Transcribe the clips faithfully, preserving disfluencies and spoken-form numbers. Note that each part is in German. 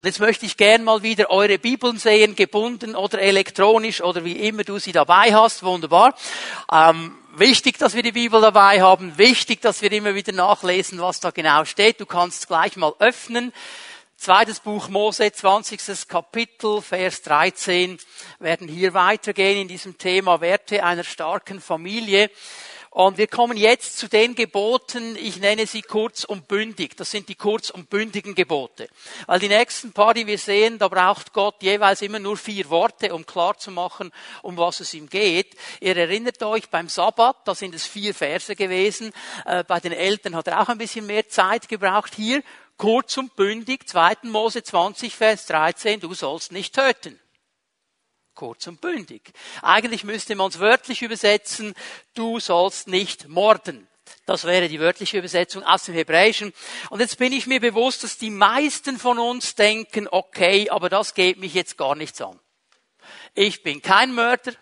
Jetzt möchte ich gern mal wieder eure Bibeln sehen, gebunden oder elektronisch oder wie immer du sie dabei hast. Wunderbar. Ähm, wichtig, dass wir die Bibel dabei haben. Wichtig, dass wir immer wieder nachlesen, was da genau steht. Du kannst gleich mal öffnen. Zweites Buch Mose, zwanzigstes Kapitel, Vers dreizehn. Wir werden hier weitergehen in diesem Thema Werte einer starken Familie. Und wir kommen jetzt zu den Geboten, ich nenne sie kurz und bündig. Das sind die kurz und bündigen Gebote. Weil die nächsten paar, die wir sehen, da braucht Gott jeweils immer nur vier Worte, um klarzumachen, um was es ihm geht. Ihr erinnert euch, beim Sabbat, da sind es vier Verse gewesen. Äh, bei den Eltern hat er auch ein bisschen mehr Zeit gebraucht. Hier, kurz und bündig, zweiten Mose zwanzig, Vers dreizehn, du sollst nicht töten. Kurz und bündig. Eigentlich müsste man es wörtlich übersetzen, du sollst nicht morden. Das wäre die wörtliche Übersetzung aus dem Hebräischen. Und jetzt bin ich mir bewusst, dass die meisten von uns denken, okay, aber das geht mich jetzt gar nichts an. Ich bin kein Mörder,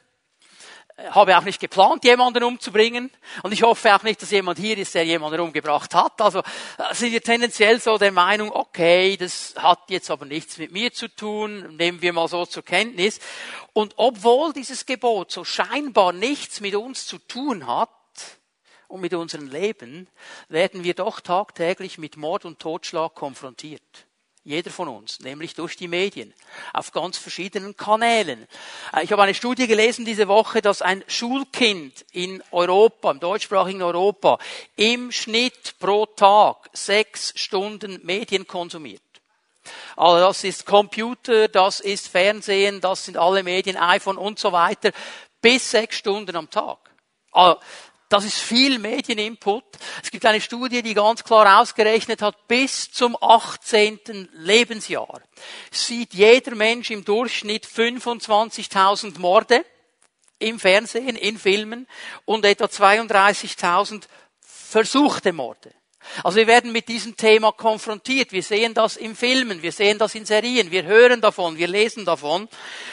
habe auch nicht geplant, jemanden umzubringen. Und ich hoffe auch nicht, dass jemand hier ist, der jemanden umgebracht hat. Also sind wir tendenziell so der Meinung, okay, das hat jetzt aber nichts mit mir zu tun, nehmen wir mal so zur Kenntnis. Und obwohl dieses Gebot so scheinbar nichts mit uns zu tun hat und mit unserem Leben, werden wir doch tagtäglich mit Mord und Totschlag konfrontiert. Jeder von uns, nämlich durch die Medien, auf ganz verschiedenen Kanälen. Ich habe eine Studie gelesen diese Woche, dass ein Schulkind in Europa, im deutschsprachigen Europa, im Schnitt pro Tag sechs Stunden Medien konsumiert. Also das ist Computer, das ist Fernsehen, das sind alle Medien, iPhone und so weiter, bis sechs Stunden am Tag. Also das ist viel Medieninput. Es gibt eine Studie, die ganz klar ausgerechnet hat, bis zum achtzehnten Lebensjahr sieht jeder Mensch im Durchschnitt fünfundzwanzigtausend Morde im Fernsehen, in Filmen und etwa zweiunddreißigtausend versuchte Morde. Also wir werden mit diesem Thema konfrontiert. Wir sehen das in Filmen, wir sehen das in Serien, wir hören davon, wir lesen davon.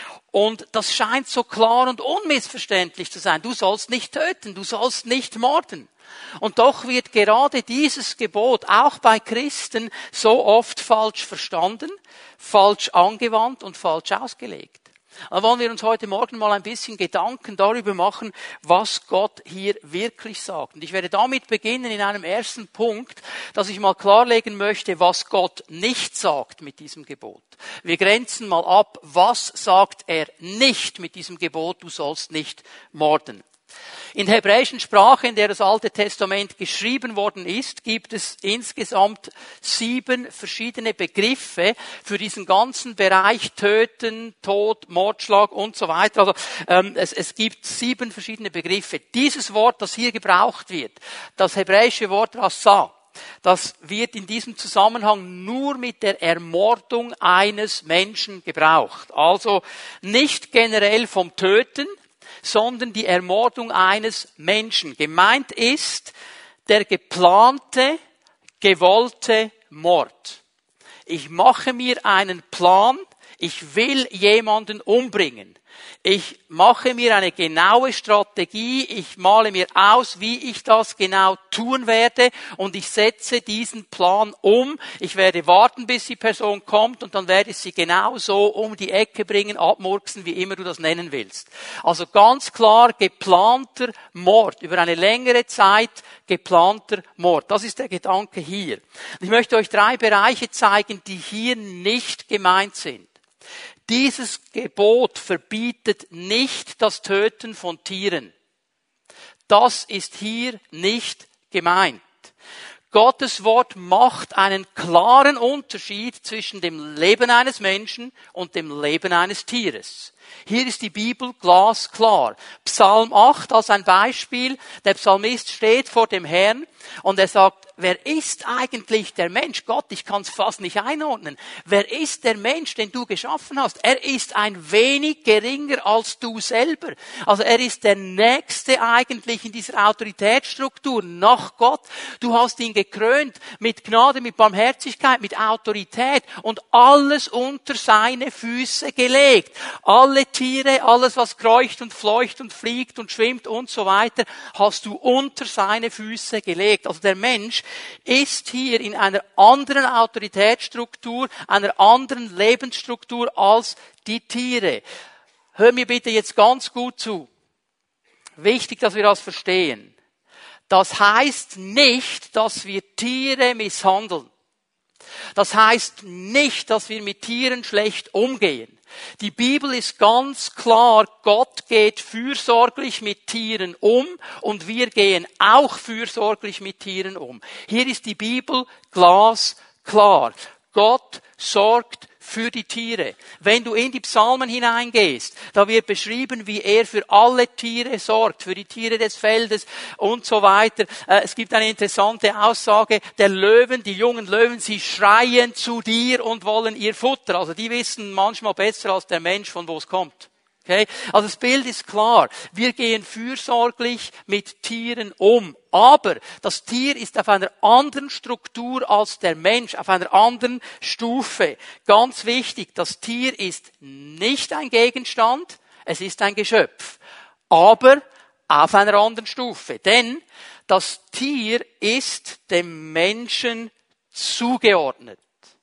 Und das scheint so klar und unmissverständlich zu sein. Du sollst nicht töten, du sollst nicht morden. Und doch wird gerade dieses Gebot auch bei Christen so oft falsch verstanden, falsch angewandt und falsch ausgelegt. Da wollen wir uns heute Morgen mal ein bisschen Gedanken darüber machen, was Gott hier wirklich sagt. Und ich werde damit beginnen in einem ersten Punkt, dass ich mal klarlegen möchte, was Gott nicht sagt mit diesem Gebot. Wir grenzen mal ab, was sagt er nicht mit diesem Gebot, du sollst nicht morden. In der hebräischen Sprache, in der das Alte Testament geschrieben worden ist, gibt es insgesamt sieben verschiedene Begriffe für diesen ganzen Bereich Töten, Tod, Mordschlag und so weiter. Also ähm, es, es gibt sieben verschiedene Begriffe. Dieses Wort, das hier gebraucht wird, das hebräische Wort Rassa, das wird in diesem Zusammenhang nur mit der Ermordung eines Menschen gebraucht. Also nicht generell vom Töten, sondern die Ermordung eines Menschen. Gemeint ist der geplante, gewollte Mord. Ich mache mir einen Plan, ich will jemanden umbringen. Ich mache mir eine genaue Strategie, ich male mir aus, wie ich das genau tun werde und ich setze diesen Plan um. Ich werde warten, bis die Person kommt und dann werde ich sie genau so um die Ecke bringen, abmurksen, wie immer du das nennen willst. Also ganz klar geplanter Mord, über eine längere Zeit geplanter Mord. Das ist der Gedanke hier. Ich möchte euch drei Bereiche zeigen, die hier nicht gemeint sind. Dieses Gebot verbietet nicht das Töten von Tieren. Das ist hier nicht gemeint. Gottes Wort macht einen klaren Unterschied zwischen dem Leben eines Menschen und dem Leben eines Tieres. Hier ist die Bibel glasklar. Psalm acht als ein Beispiel. Der Psalmist steht vor dem Herrn und er sagt, wer ist eigentlich der Mensch? Gott, ich kann es fast nicht einordnen. Wer ist der Mensch, den du geschaffen hast? Er ist ein wenig geringer als du selber. Also er ist der Nächste eigentlich in dieser Autoritätsstruktur nach Gott. Du hast ihn gekrönt mit Gnade, mit Barmherzigkeit, mit Autorität und alles unter seine Füße gelegt. Alle Tiere, alles was kreucht und fleucht und fliegt und schwimmt und so weiter, hast du unter seine Füße gelegt. Also der Mensch ist hier in einer anderen Autoritätsstruktur, einer anderen Lebensstruktur als die Tiere. Hör mir bitte jetzt ganz gut zu. Wichtig, dass wir das verstehen. Das heißt nicht, dass wir Tiere misshandeln. Das heißt nicht, dass wir mit Tieren schlecht umgehen. Die Bibel ist ganz klar, Gott geht fürsorglich mit Tieren um und wir gehen auch fürsorglich mit Tieren um. Hier ist die Bibel glasklar. Gott sorgt für die Tiere. Wenn du in die Psalmen hineingehst, da wird beschrieben, wie er für alle Tiere sorgt, für die Tiere des Feldes und so weiter. Es gibt eine interessante Aussage der Löwen, die jungen Löwen, sie schreien zu dir und wollen ihr Futter. Also die wissen manchmal besser als der Mensch, von wo es kommt. Okay? Also das Bild ist klar. Wir gehen fürsorglich mit Tieren um. Aber das Tier ist auf einer anderen Struktur als der Mensch, auf einer anderen Stufe. Ganz wichtig, das Tier ist nicht ein Gegenstand, es ist ein Geschöpf. Aber auf einer anderen Stufe. Denn das Tier ist dem Menschen zugeordnet.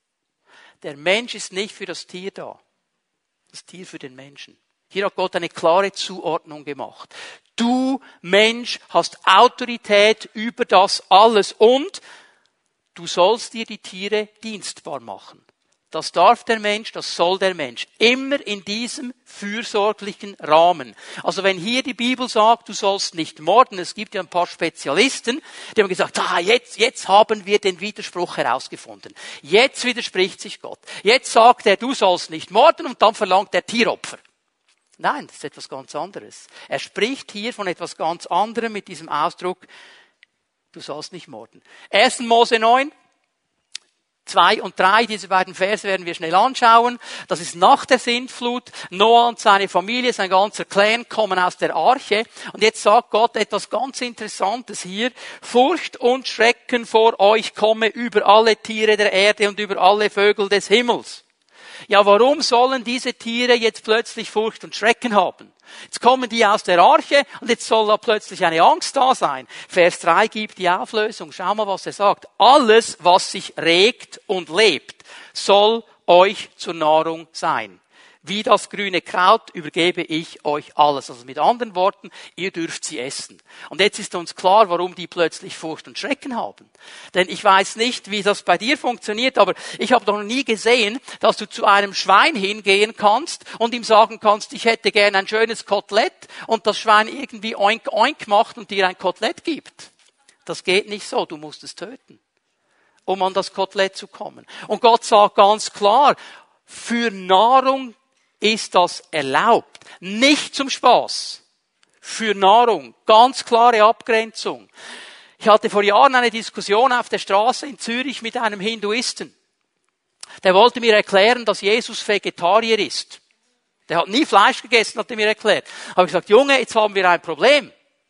Der Mensch ist nicht für das Tier da. Das Tier für den Menschen. Hier hat Gott eine klare Zuordnung gemacht. Du, Mensch, hast Autorität über das alles und du sollst dir die Tiere dienstbar machen. Das darf der Mensch, das soll der Mensch. Immer in diesem fürsorglichen Rahmen. Also wenn hier die Bibel sagt, du sollst nicht morden, es gibt ja ein paar Spezialisten, die haben gesagt, ah, jetzt, jetzt haben wir den Widerspruch herausgefunden. Jetzt widerspricht sich Gott. Jetzt sagt er, du sollst nicht morden und dann verlangt er Tieropfer. Nein, das ist etwas ganz anderes. Er spricht hier von etwas ganz anderem mit diesem Ausdruck, du sollst nicht morden. erster Mose neun, zwei und drei, diese beiden Verse werden wir schnell anschauen. Das ist nach der Sintflut. Noah und seine Familie, sein ganzer Clan kommen aus der Arche. Und jetzt sagt Gott etwas ganz Interessantes hier. Furcht und Schrecken vor euch komme über alle Tiere der Erde und über alle Vögel des Himmels. Ja, warum sollen diese Tiere jetzt plötzlich Furcht und Schrecken haben? Jetzt kommen die aus der Arche und jetzt soll da plötzlich eine Angst da sein. Vers drei gibt die Auflösung. Schau mal, was er sagt. Alles, was sich regt und lebt, soll euch zur Nahrung sein. Wie das grüne Kraut übergebe ich euch alles. Also mit anderen Worten, ihr dürft sie essen. Und jetzt ist uns klar, warum die plötzlich Furcht und Schrecken haben. Denn ich weiß nicht, wie das bei dir funktioniert, aber ich habe noch nie gesehen, dass du zu einem Schwein hingehen kannst und ihm sagen kannst, ich hätte gern ein schönes Kotelett und das Schwein irgendwie oink oink macht und dir ein Kotelett gibt. Das geht nicht so, du musst es töten, um an das Kotelett zu kommen. Und Gott sagt ganz klar, für Nahrung ist das erlaubt. Nicht zum Spaß. Für Nahrung. Ganz klare Abgrenzung. Ich hatte vor Jahren eine Diskussion auf der Straße in Zürich mit einem Hinduisten. Der wollte mir erklären, dass Jesus Vegetarier ist. Der hat nie Fleisch gegessen, hat er mir erklärt. Habe ich gesagt, Junge, jetzt haben wir ein Problem.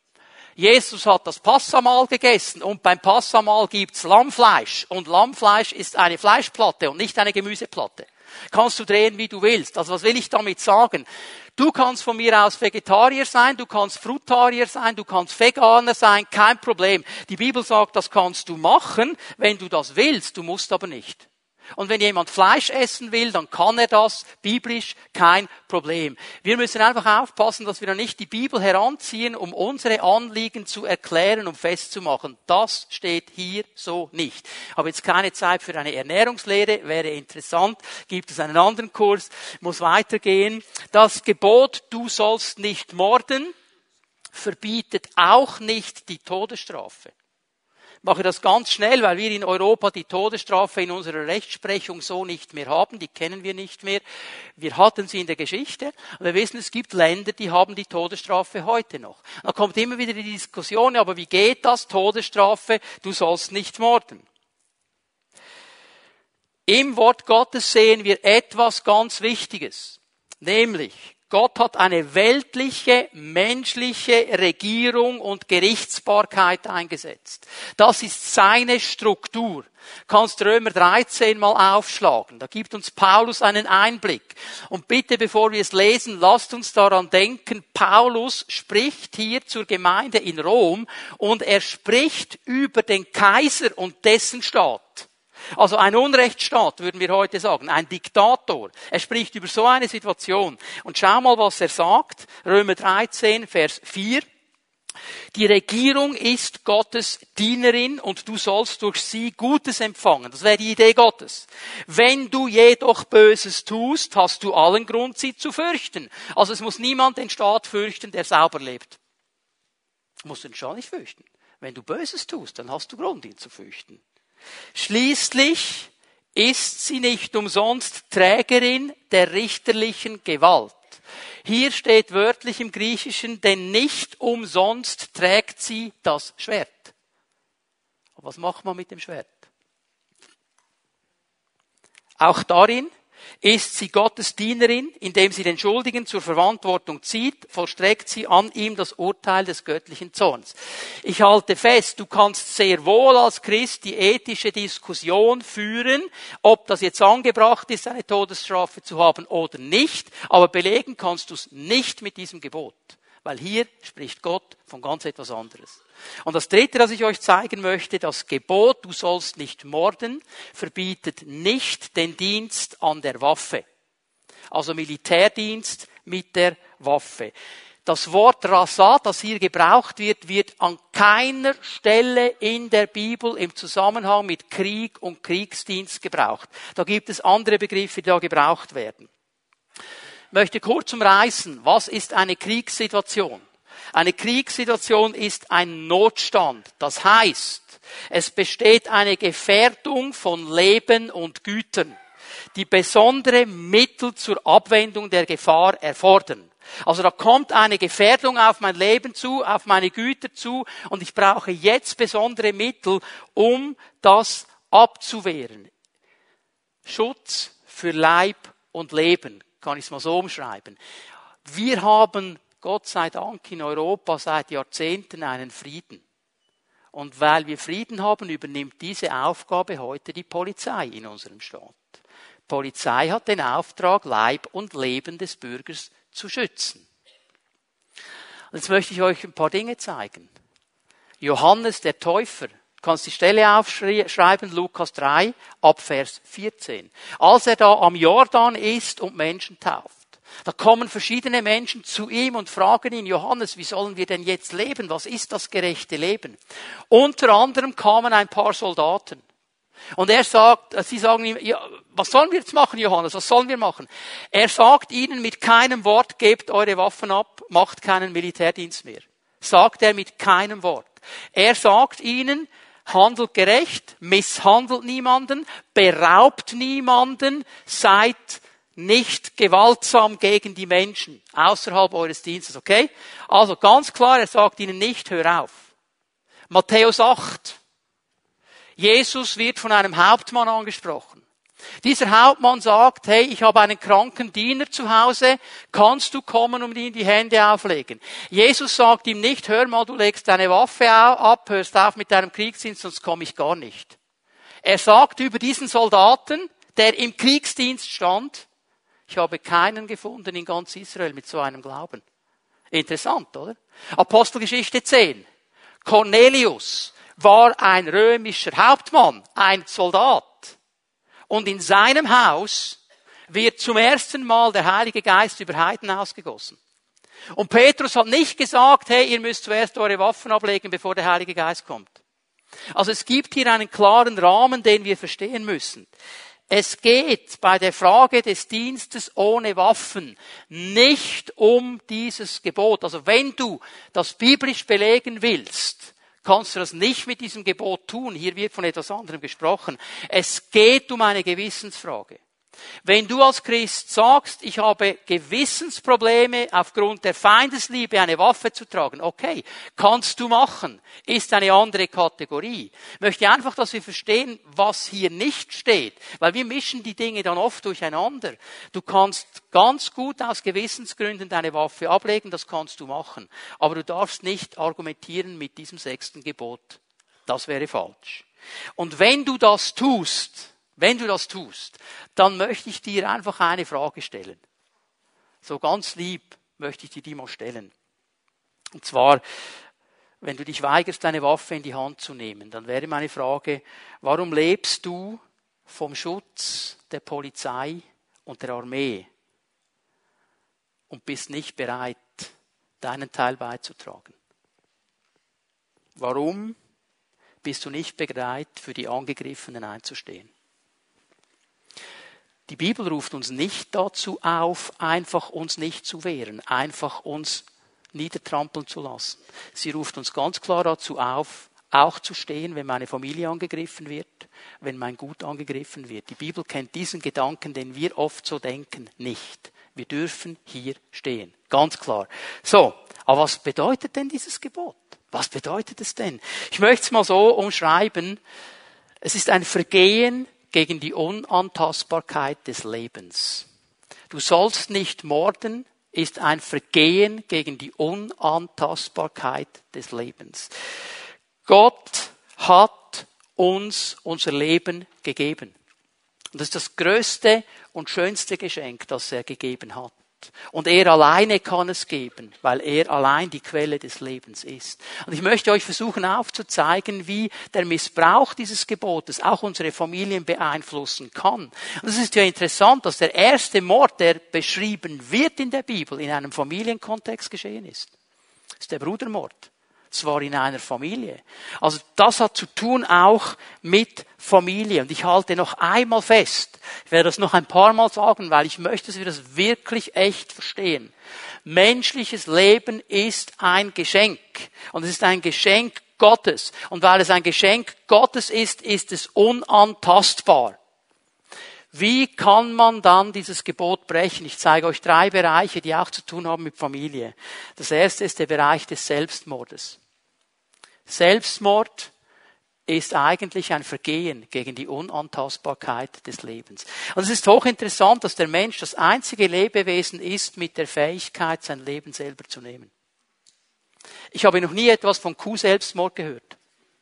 Jesus hat das Passamal gegessen und beim Passamal gibt's Lammfleisch. Und Lammfleisch ist eine Fleischplatte und nicht eine Gemüseplatte. Kannst du drehen, wie du willst. Also was will ich damit sagen? Du kannst von mir aus Vegetarier sein, du kannst Frutarier sein, du kannst Veganer sein, kein Problem. Die Bibel sagt, das kannst du machen, wenn du das willst, du musst aber nicht. Und wenn jemand Fleisch essen will, dann kann er das, biblisch kein Problem. Wir müssen einfach aufpassen, dass wir dann nicht die Bibel heranziehen, um unsere Anliegen zu erklären und festzumachen. Das steht hier so nicht. Ich habe jetzt keine Zeit für eine Ernährungslehre, wäre interessant, gibt es einen anderen Kurs, muss weitergehen. Das Gebot, du sollst nicht morden, verbietet auch nicht die Todesstrafe. Ich mache das ganz schnell, weil wir in Europa die Todesstrafe in unserer Rechtsprechung so nicht mehr haben. Die kennen wir nicht mehr. Wir hatten sie in der Geschichte. Und wir wissen, es gibt Länder, die haben die Todesstrafe heute noch. Da kommt immer wieder die Diskussion, aber wie geht das? Todesstrafe, du sollst nicht morden. Im Wort Gottes sehen wir etwas ganz Wichtiges. Nämlich, Gott hat eine weltliche, menschliche Regierung und Gerichtsbarkeit eingesetzt. Das ist seine Struktur. Kannst Römer dreizehn mal aufschlagen. Da gibt uns Paulus einen Einblick. Und bitte, bevor wir es lesen, lasst uns daran denken, Paulus spricht hier zur Gemeinde in Rom und er spricht über den Kaiser und dessen Staat. Also ein Unrechtsstaat, würden wir heute sagen, ein Diktator. Er spricht über so eine Situation. Und schau mal, was er sagt. Römer dreizehn, Vers vier. Die Regierung ist Gottes Dienerin und du sollst durch sie Gutes empfangen. Das wäre die Idee Gottes. Wenn du jedoch Böses tust, hast du allen Grund, sie zu fürchten. Also es muss niemand den Staat fürchten, der sauber lebt. Du musst den Staat nicht fürchten. Wenn du Böses tust, dann hast du Grund, ihn zu fürchten. Schließlich ist sie nicht umsonst Trägerin der richterlichen Gewalt. Hier steht wörtlich im Griechischen, denn nicht umsonst trägt sie das Schwert. Aber was macht man mit dem Schwert? Auch darin ist sie Gottes Dienerin, indem sie den Schuldigen zur Verantwortung zieht, vollstreckt sie an ihm das Urteil des göttlichen Zorns. Ich halte fest, du kannst sehr wohl als Christ die ethische Diskussion führen, ob das jetzt angebracht ist, eine Todesstrafe zu haben oder nicht, aber belegen kannst du es nicht mit diesem Gebot, weil hier spricht Gott von ganz etwas anderes. Und das Dritte, das ich euch zeigen möchte, das Gebot, du sollst nicht morden, verbietet nicht den Dienst an der Waffe. Also Militärdienst mit der Waffe. Das Wort Rasa, das hier gebraucht wird, wird an keiner Stelle in der Bibel im Zusammenhang mit Krieg und Kriegsdienst gebraucht. Da gibt es andere Begriffe, die da gebraucht werden. Ich möchte kurz umreißen, was ist eine Kriegssituation? Eine Kriegssituation ist ein Notstand. Das heißt, es besteht eine Gefährdung von Leben und Gütern, die besondere Mittel zur Abwendung der Gefahr erfordern. Also da kommt eine Gefährdung auf mein Leben zu, auf meine Güter zu und ich brauche jetzt besondere Mittel, um das abzuwehren. Schutz für Leib und Leben, kann ich es mal so umschreiben. Wir haben Gott sei Dank in Europa seit Jahrzehnten einen Frieden. Und weil wir Frieden haben, übernimmt diese Aufgabe heute die Polizei in unserem Staat. Die Polizei hat den Auftrag, Leib und Leben des Bürgers zu schützen. Und jetzt möchte ich euch ein paar Dinge zeigen. Johannes der Täufer, du kannst die Stelle aufschreiben, Lukas drei, ab Vers vierzehn. Als er da am Jordan ist und Menschen tauft. Da kommen verschiedene Menschen zu ihm und fragen ihn, Johannes, wie sollen wir denn jetzt leben? Was ist das gerechte Leben? Unter anderem kamen ein paar Soldaten. Und er sagt, sie sagen ihm, ja, was sollen wir jetzt machen, Johannes? Was sollen wir machen? Er sagt ihnen mit keinem Wort, gebt eure Waffen ab, macht keinen Militärdienst mehr. Sagt er mit keinem Wort. Er sagt ihnen, handelt gerecht, misshandelt niemanden, beraubt niemanden, seid nicht gewaltsam gegen die Menschen außerhalb eures Dienstes, okay? Also ganz klar, er sagt ihnen nicht, hör auf. Matthäus acht. Jesus wird von einem Hauptmann angesprochen. Dieser Hauptmann sagt, hey, ich habe einen kranken Diener zu Hause, kannst du kommen und ihm die Hände auflegen? Jesus sagt ihm nicht, hör mal, du legst deine Waffe ab, hörst auf mit deinem Kriegsdienst, sonst komme ich gar nicht. Er sagt über diesen Soldaten, der im Kriegsdienst stand, ich habe keinen gefunden in ganz Israel mit so einem Glauben. Interessant, oder? Apostelgeschichte zehn. Cornelius war ein römischer Hauptmann, ein Soldat. Und in seinem Haus wird zum ersten Mal der Heilige Geist über Heiden ausgegossen. Und Petrus hat nicht gesagt, hey, ihr müsst zuerst eure Waffen ablegen, bevor der Heilige Geist kommt. Also es gibt hier einen klaren Rahmen, den wir verstehen müssen. Es geht bei der Frage des Dienstes ohne Waffen nicht um dieses Gebot. Also wenn du das biblisch belegen willst, kannst du das nicht mit diesem Gebot tun. Hier wird von etwas anderem gesprochen. Es geht um eine Gewissensfrage. Wenn du als Christ sagst, ich habe Gewissensprobleme aufgrund der Feindesliebe eine Waffe zu tragen, okay, kannst du machen, ist eine andere Kategorie. Ich möchte einfach, dass wir verstehen, was hier nicht steht, weil wir mischen die Dinge dann oft durcheinander. Du kannst ganz gut aus Gewissensgründen deine Waffe ablegen, das kannst du machen, aber du darfst nicht argumentieren mit diesem sechsten Gebot. Das wäre falsch. Und wenn du das tust, Wenn du das tust, dann möchte ich dir einfach eine Frage stellen. So ganz lieb möchte ich dir die mal stellen. Und zwar, wenn du dich weigerst, deine Waffe in die Hand zu nehmen, dann wäre meine Frage, warum lebst du vom Schutz der Polizei und der Armee und bist nicht bereit, deinen Teil beizutragen? Warum bist du nicht bereit, für die Angegriffenen einzustehen? Die Bibel ruft uns nicht dazu auf, einfach uns nicht zu wehren, einfach uns niedertrampeln zu lassen. Sie ruft uns ganz klar dazu auf, auch zu stehen, wenn meine Familie angegriffen wird, wenn mein Gut angegriffen wird. Die Bibel kennt diesen Gedanken, den wir oft so denken, nicht. Wir dürfen hier stehen. Ganz klar. So, aber was bedeutet denn dieses Gebot? Was bedeutet es denn? Ich möchte es mal so umschreiben. Es ist ein Vergehen gegen die Unantastbarkeit des Lebens. Du sollst nicht morden, ist ein Vergehen gegen die Unantastbarkeit des Lebens. Gott hat uns unser Leben gegeben. Und das ist das größte und schönste Geschenk, das er gegeben hat. Und er alleine kann es geben, weil er allein die Quelle des Lebens ist. Und ich möchte euch versuchen aufzuzeigen, wie der Missbrauch dieses Gebotes auch unsere Familien beeinflussen kann. Und es ist ja interessant, dass der erste Mord, der beschrieben wird in der Bibel, in einem Familienkontext geschehen ist. Das ist der Brudermord. Zwar in einer Familie. Also das hat zu tun auch mit Familie. Und ich halte noch einmal fest, ich werde das noch ein paar Mal sagen, weil ich möchte, dass wir das wirklich echt verstehen. Menschliches Leben ist ein Geschenk. Und es ist ein Geschenk Gottes. Und weil es ein Geschenk Gottes ist, ist es unantastbar. Wie kann man dann dieses Gebot brechen? Ich zeige euch drei Bereiche, die auch zu tun haben mit Familie. Das erste ist der Bereich des Selbstmordes. Selbstmord ist eigentlich ein Vergehen gegen die Unantastbarkeit des Lebens. Und es ist hochinteressant, dass der Mensch das einzige Lebewesen ist mit der Fähigkeit, sein Leben selber zu nehmen. Ich habe noch nie etwas von Kuh-Selbstmord gehört.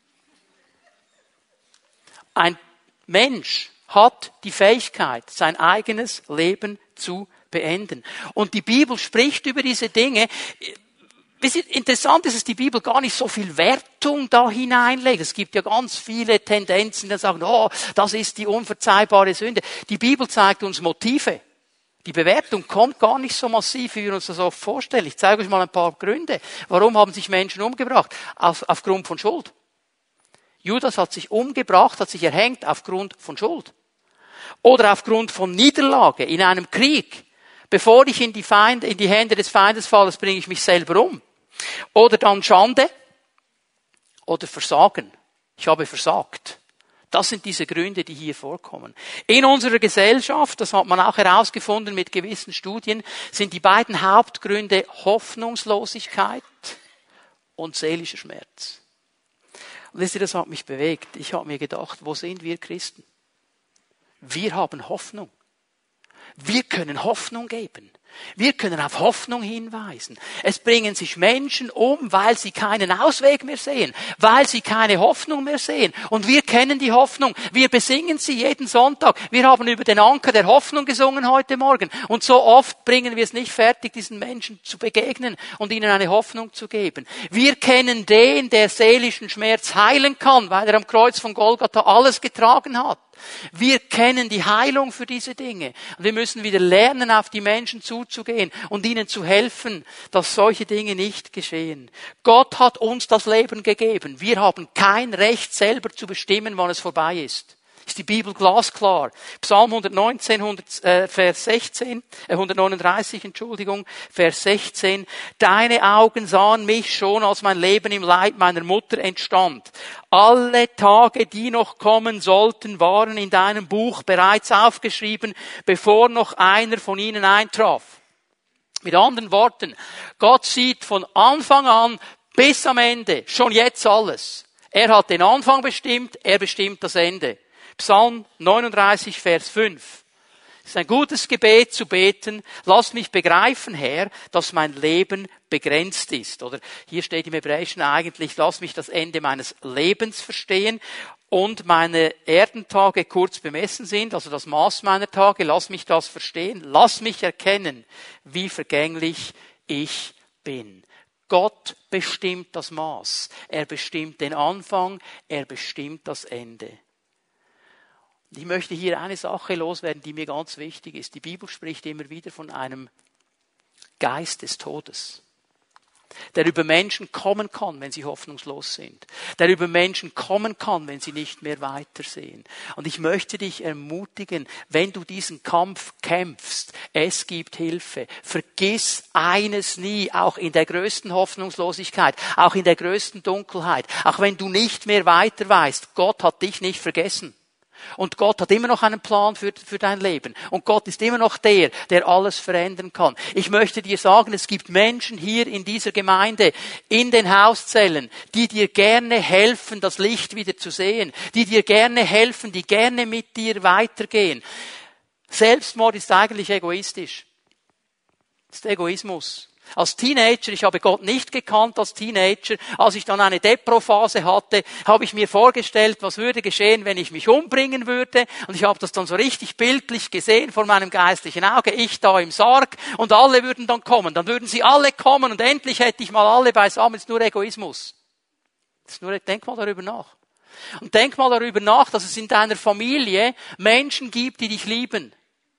Ein Mensch hat die Fähigkeit, sein eigenes Leben zu beenden. Und die Bibel spricht über diese Dinge. Interessant ist, dass die Bibel gar nicht so viel Wertung da hineinlegt. Es gibt ja ganz viele Tendenzen, die sagen, oh, das ist die unverzeihbare Sünde. Die Bibel zeigt uns Motive. Die Bewertung kommt gar nicht so massiv, wie wir uns das oft vorstellen. Ich zeige euch mal ein paar Gründe. Warum haben sich Menschen umgebracht? Auf, aufgrund von Schuld. Judas hat sich umgebracht, hat sich erhängt aufgrund von Schuld. Oder aufgrund von Niederlage in einem Krieg. Bevor ich in die, Feinde, in die Hände des Feindes falle, bringe ich mich selber um. Oder dann Schande oder Versagen. Ich habe versagt. Das sind diese Gründe, die hier vorkommen. In unserer Gesellschaft, das hat man auch herausgefunden mit gewissen Studien, sind die beiden Hauptgründe Hoffnungslosigkeit und seelischer Schmerz. Und wisst ihr, das hat mich bewegt. Ich habe mir gedacht, wo sind wir Christen? Wir haben Hoffnung. Wir können Hoffnung geben. Wir können auf Hoffnung hinweisen. Es bringen sich Menschen um, weil sie keinen Ausweg mehr sehen, weil sie keine Hoffnung mehr sehen. Und wir kennen die Hoffnung. Wir besingen sie jeden Sonntag. Wir haben über den Anker der Hoffnung gesungen heute Morgen. Und so oft bringen wir es nicht fertig, diesen Menschen zu begegnen und ihnen eine Hoffnung zu geben. Wir kennen den, der seelischen Schmerz heilen kann, weil er am Kreuz von Golgatha alles getragen hat. Wir kennen die Heilung für diese Dinge. Und wir müssen wieder lernen, auf die Menschen zuzugehen und ihnen zu helfen, dass solche Dinge nicht geschehen. Gott hat uns das Leben gegeben. Wir haben kein Recht, selber zu bestimmen, wann es vorbei ist. Ist die Bibel glasklar. Psalm hundertneunzehn, hundert, äh, Vers sechzehn, äh, hundertneununddreißig, Entschuldigung, Vers sechzehn. Deine Augen sahen mich schon, als mein Leben im Leib meiner Mutter entstand. Alle Tage, die noch kommen sollten, waren in deinem Buch bereits aufgeschrieben, bevor noch einer von ihnen eintraf. Mit anderen Worten, Gott sieht von Anfang an bis am Ende schon jetzt alles. Er hat den Anfang bestimmt, er bestimmt das Ende. Psalm neununddreißig, Vers fünf. Es ist ein gutes Gebet zu beten. Lass mich begreifen, Herr, dass mein Leben begrenzt ist. Oder hier steht im Hebräischen eigentlich, lass mich das Ende meines Lebens verstehen und meine Erdentage kurz bemessen sind, also das Maß meiner Tage. Lass mich das verstehen. Lass mich erkennen, wie vergänglich ich bin. Gott bestimmt das Maß. Er bestimmt den Anfang. Er bestimmt das Ende. Ich möchte hier eine Sache loswerden, die mir ganz wichtig ist. Die Bibel spricht immer wieder von einem Geist des Todes, der über Menschen kommen kann, wenn sie hoffnungslos sind, der über Menschen kommen kann, wenn sie nicht mehr weitersehen. Und ich möchte dich ermutigen, wenn du diesen Kampf kämpfst, es gibt Hilfe. Vergiss eines nie, auch in der größten Hoffnungslosigkeit, auch in der größten Dunkelheit, auch wenn du nicht mehr weiter weißt, Gott hat dich nicht vergessen. Und Gott hat immer noch einen Plan für, für dein Leben. Und Gott ist immer noch der, der alles verändern kann. Ich möchte dir sagen, es gibt Menschen hier in dieser Gemeinde, in den Hauszellen, die dir gerne helfen, das Licht wieder zu sehen. Die dir gerne helfen, die gerne mit dir weitergehen. Selbstmord ist eigentlich egoistisch. Das ist Egoismus. Als Teenager, ich habe Gott nicht gekannt als Teenager, als ich dann eine Depro-Phase hatte, habe ich mir vorgestellt, was würde geschehen, wenn ich mich umbringen würde. Und ich habe das dann so richtig bildlich gesehen vor meinem geistlichen Auge. Ich da im Sarg und alle würden dann kommen. Dann würden sie alle kommen und endlich hätte ich mal alle beisammen. Das ist nur Egoismus. Das ist nur, denk mal darüber nach. Und denk mal darüber nach, dass es in deiner Familie Menschen gibt, die dich lieben.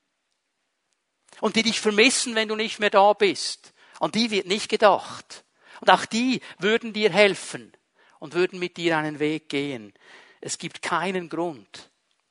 Und die dich vermissen, wenn du nicht mehr da bist. An die wird nicht gedacht. Und auch die würden dir helfen und würden mit dir einen Weg gehen. Es gibt keinen Grund,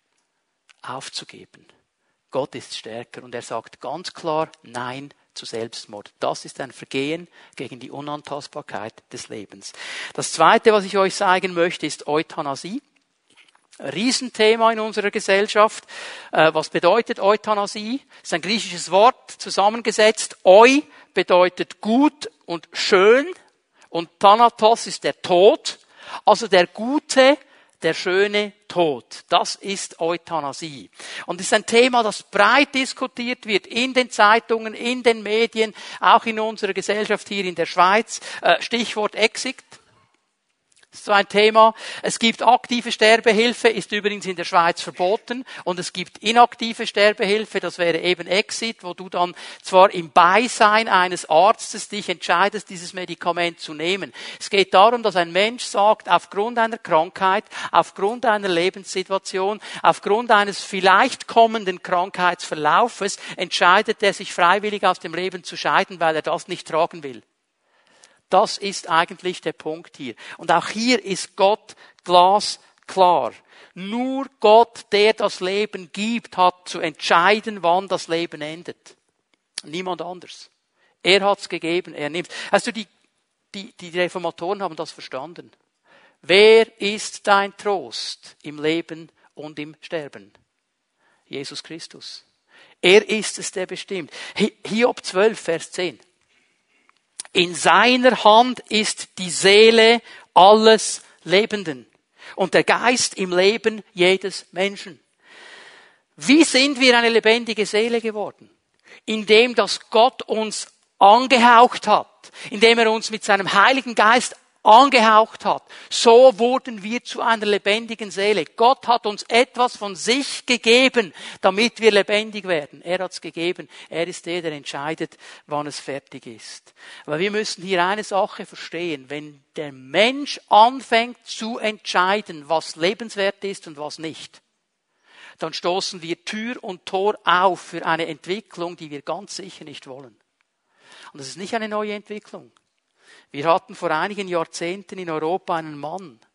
aufzugeben. Gott ist stärker und er sagt ganz klar Nein zu Selbstmord. Das ist ein Vergehen gegen die Unantastbarkeit des Lebens. Das Zweite, was ich euch zeigen möchte, ist Euthanasie. Riesenthema in unserer Gesellschaft. Was bedeutet Euthanasie? Das ist ein griechisches Wort, zusammengesetzt. Eu bedeutet gut und schön und Thanatos ist der Tod. Also der gute, der schöne Tod. Das ist Euthanasie. Und es ist ein Thema, das breit diskutiert wird in den Zeitungen, in den Medien, auch in unserer Gesellschaft hier in der Schweiz. Stichwort Exit. Das ist so ein Thema. Es gibt aktive Sterbehilfe, ist übrigens in der Schweiz verboten. Und es gibt inaktive Sterbehilfe, das wäre eben Exit, wo du dann zwar im Beisein eines Arztes dich entscheidest, dieses Medikament zu nehmen. Es geht darum, dass ein Mensch sagt, aufgrund einer Krankheit, aufgrund einer Lebenssituation, aufgrund eines vielleicht kommenden Krankheitsverlaufes, entscheidet er sich freiwillig aus dem Leben zu scheiden, weil er das nicht tragen will. Das ist eigentlich der Punkt hier. Und auch hier ist Gott glasklar. Nur Gott, der das Leben gibt, hat zu entscheiden, wann das Leben endet. Niemand anders. Er hat's gegeben, er nimmt. Weißt du, die, die, die Reformatoren haben das verstanden. Wer ist dein Trost im Leben und im Sterben? Jesus Christus. Er ist es, der bestimmt. Hiob zwölf, Vers zehn. In seiner Hand ist die Seele alles Lebenden und der Geist im Leben jedes Menschen. Wie sind wir eine lebendige Seele geworden? Indem dass Gott uns angehaucht hat, indem er uns mit seinem Heiligen Geist angehaucht hat. So wurden wir zu einer lebendigen Seele. Gott hat uns etwas von sich gegeben, damit wir lebendig werden. Er hat's gegeben. Er ist der, der entscheidet, wann es fertig ist. Aber wir müssen hier eine Sache verstehen. Wenn der Mensch anfängt zu entscheiden, was lebenswert ist und was nicht, dann stoßen wir Tür und Tor auf für eine Entwicklung, die wir ganz sicher nicht wollen. Und das ist nicht eine neue Entwicklung. Wir hatten vor einigen Jahrzehnten in Europa einen Mann,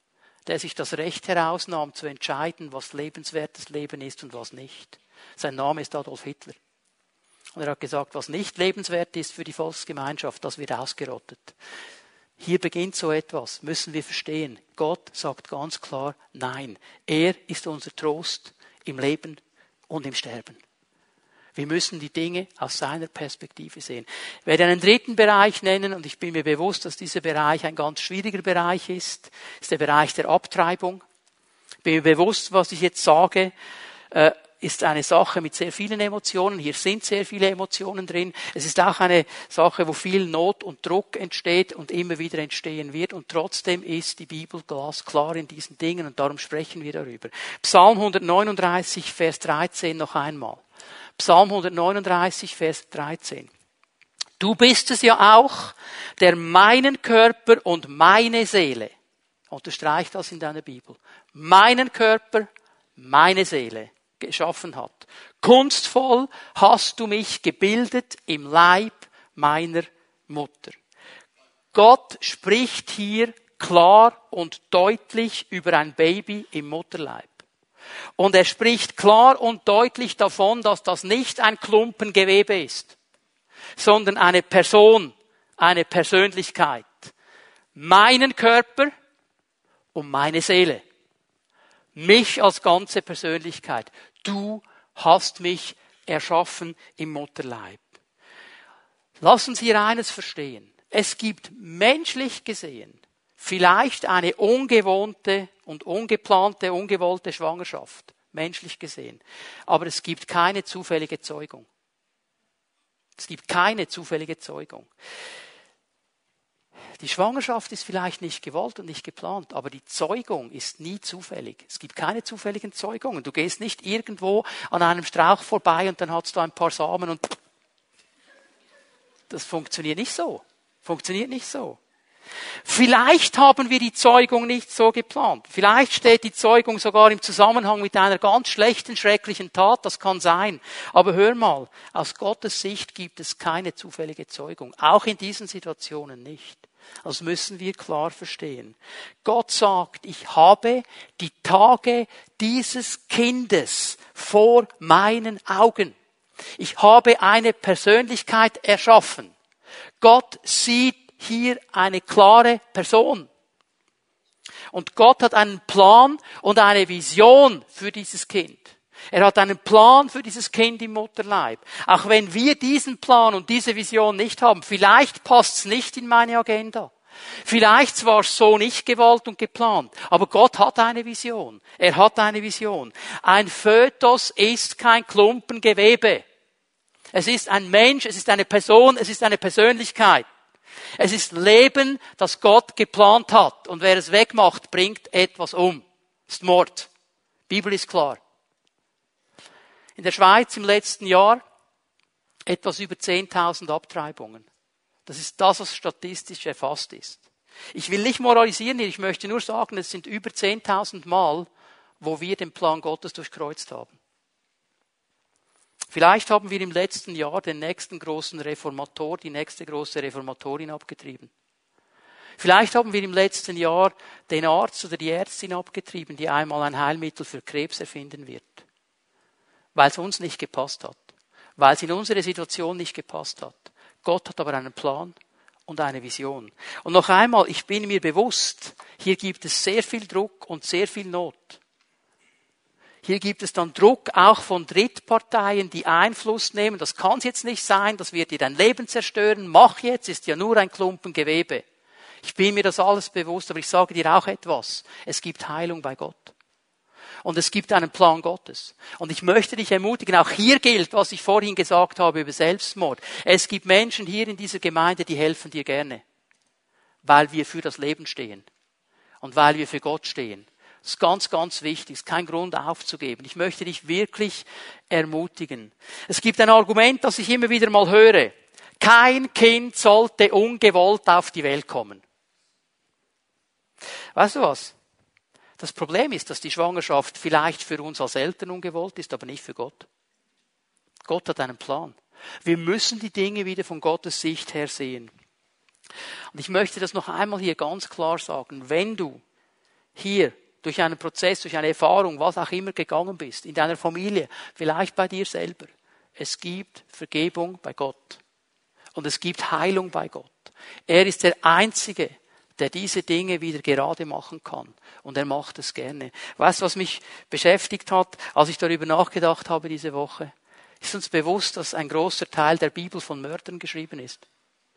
der sich das Recht herausnahm, zu entscheiden, was lebenswertes Leben ist und was nicht. Sein Name ist Adolf Hitler. Und er hat gesagt, was nicht lebenswert ist für die Volksgemeinschaft, das wird ausgerottet. Hier beginnt so etwas, müssen wir verstehen. Gott sagt ganz klar, nein. Er ist unser Trost im Leben und im Sterben. Wir müssen die Dinge aus seiner Perspektive sehen. Ich werde einen dritten Bereich nennen und ich bin mir bewusst, dass dieser Bereich ein ganz schwieriger Bereich ist. Das ist der Bereich der Abtreibung. Ich bin mir bewusst, was ich jetzt sage, äh, ist eine Sache mit sehr vielen Emotionen. Hier sind sehr viele Emotionen drin. Es ist auch eine Sache, wo viel Not und Druck entsteht und immer wieder entstehen wird. Und trotzdem ist die Bibel glasklar in diesen Dingen und darum sprechen wir darüber. Psalm hundertneununddreißig, Vers dreizehn noch einmal. Psalm hundertneununddreißig, Vers dreizehn. Du bist es ja auch, der meinen Körper und meine Seele, unterstreich das in deiner Bibel, meinen Körper, meine Seele geschaffen hat. Kunstvoll hast du mich gebildet im Leib meiner Mutter. Gott spricht hier klar und deutlich über ein Baby im Mutterleib. Und er spricht klar und deutlich davon, dass das nicht ein Klumpen Gewebe ist, sondern eine Person, eine Persönlichkeit. Meinen Körper und meine Seele. Mich als ganze Persönlichkeit. Du hast mich erschaffen im Mutterleib. Lassen Sie hier eines verstehen. Es gibt menschlich gesehen vielleicht eine ungewohnte und ungeplante, ungewollte Schwangerschaft. Menschlich gesehen. Aber es gibt keine zufällige Zeugung. Es gibt keine zufällige Zeugung. Die Schwangerschaft ist vielleicht nicht gewollt und nicht geplant, aber die Zeugung ist nie zufällig. Es gibt keine zufälligen Zeugungen. Du gehst nicht irgendwo an einem Strauch vorbei und dann hast du ein paar Samen und das funktioniert nicht so. Funktioniert nicht so. Vielleicht haben wir die Zeugung nicht so geplant. Vielleicht steht die Zeugung sogar im Zusammenhang mit einer ganz schlechten, schrecklichen Tat. Das kann sein. Aber hör mal, aus Gottes Sicht gibt es keine zufällige Zeugung. Auch in diesen Situationen nicht. Das müssen wir klar verstehen. Gott sagt, ich habe die Tage dieses Kindes vor meinen Augen. Ich habe eine Persönlichkeit erschaffen. Gott sieht hier eine klare Person. Und Gott hat einen Plan und eine Vision für dieses Kind. Er hat einen Plan für dieses Kind im Mutterleib. Auch wenn wir diesen Plan und diese Vision nicht haben, vielleicht passt es nicht in meine Agenda. Vielleicht war es so nicht gewollt und geplant. Aber Gott hat eine Vision. Er hat eine Vision. Ein Fötus ist kein Klumpen Gewebe. Es ist ein Mensch, es ist eine Person, es ist eine Persönlichkeit. Es ist Leben, das Gott geplant hat. Und wer es wegmacht, bringt etwas um. Das ist Mord. Die Bibel ist klar. In der Schweiz im letzten Jahr etwas über zehntausend Abtreibungen. Das ist das, was statistisch erfasst ist. Ich will nicht moralisieren hier, ich möchte nur sagen, es sind über zehntausend Mal, wo wir den Plan Gottes durchkreuzt haben. Vielleicht haben wir im letzten Jahr den nächsten großen Reformator, die nächste große Reformatorin abgetrieben. Vielleicht haben wir im letzten Jahr den Arzt oder die Ärztin abgetrieben, die einmal ein Heilmittel für Krebs erfinden wird. Weil es uns nicht gepasst hat. Weil es in unsere Situation nicht gepasst hat. Gott hat aber einen Plan und eine Vision. Und noch einmal, ich bin mir bewusst, hier gibt es sehr viel Druck und sehr viel Not. Hier gibt es dann Druck auch von Drittparteien, die Einfluss nehmen. Das kann es jetzt nicht sein, das wird dir dein Leben zerstören. Mach jetzt, ist ja nur ein Klumpen Gewebe. Ich bin mir das alles bewusst, aber ich sage dir auch etwas. Es gibt Heilung bei Gott. Und es gibt einen Plan Gottes. Und ich möchte dich ermutigen, auch hier gilt, was ich vorhin gesagt habe über Selbstmord. Es gibt Menschen hier in dieser Gemeinde, die helfen dir gerne. Weil wir für das Leben stehen. Und weil wir für Gott stehen. Das ist ganz, ganz wichtig. Es ist kein Grund aufzugeben. Ich möchte dich wirklich ermutigen. Es gibt ein Argument, das ich immer wieder mal höre. Kein Kind sollte ungewollt auf die Welt kommen. Weißt du was? Das Problem ist, dass die Schwangerschaft vielleicht für uns als Eltern ungewollt ist, aber nicht für Gott. Gott hat einen Plan. Wir müssen die Dinge wieder von Gottes Sicht her sehen. Und ich möchte das noch einmal hier ganz klar sagen. Wenn du hier durch einen Prozess, durch eine Erfahrung, was auch immer gegangen bist, in deiner Familie, vielleicht bei dir selber. Es gibt Vergebung bei Gott. Und es gibt Heilung bei Gott. Er ist der Einzige, der diese Dinge wieder gerade machen kann. Und er macht es gerne. Weißt du, was mich beschäftigt hat, als ich darüber nachgedacht habe diese Woche? Ist uns bewusst, dass ein großer Teil der Bibel von Mördern geschrieben ist?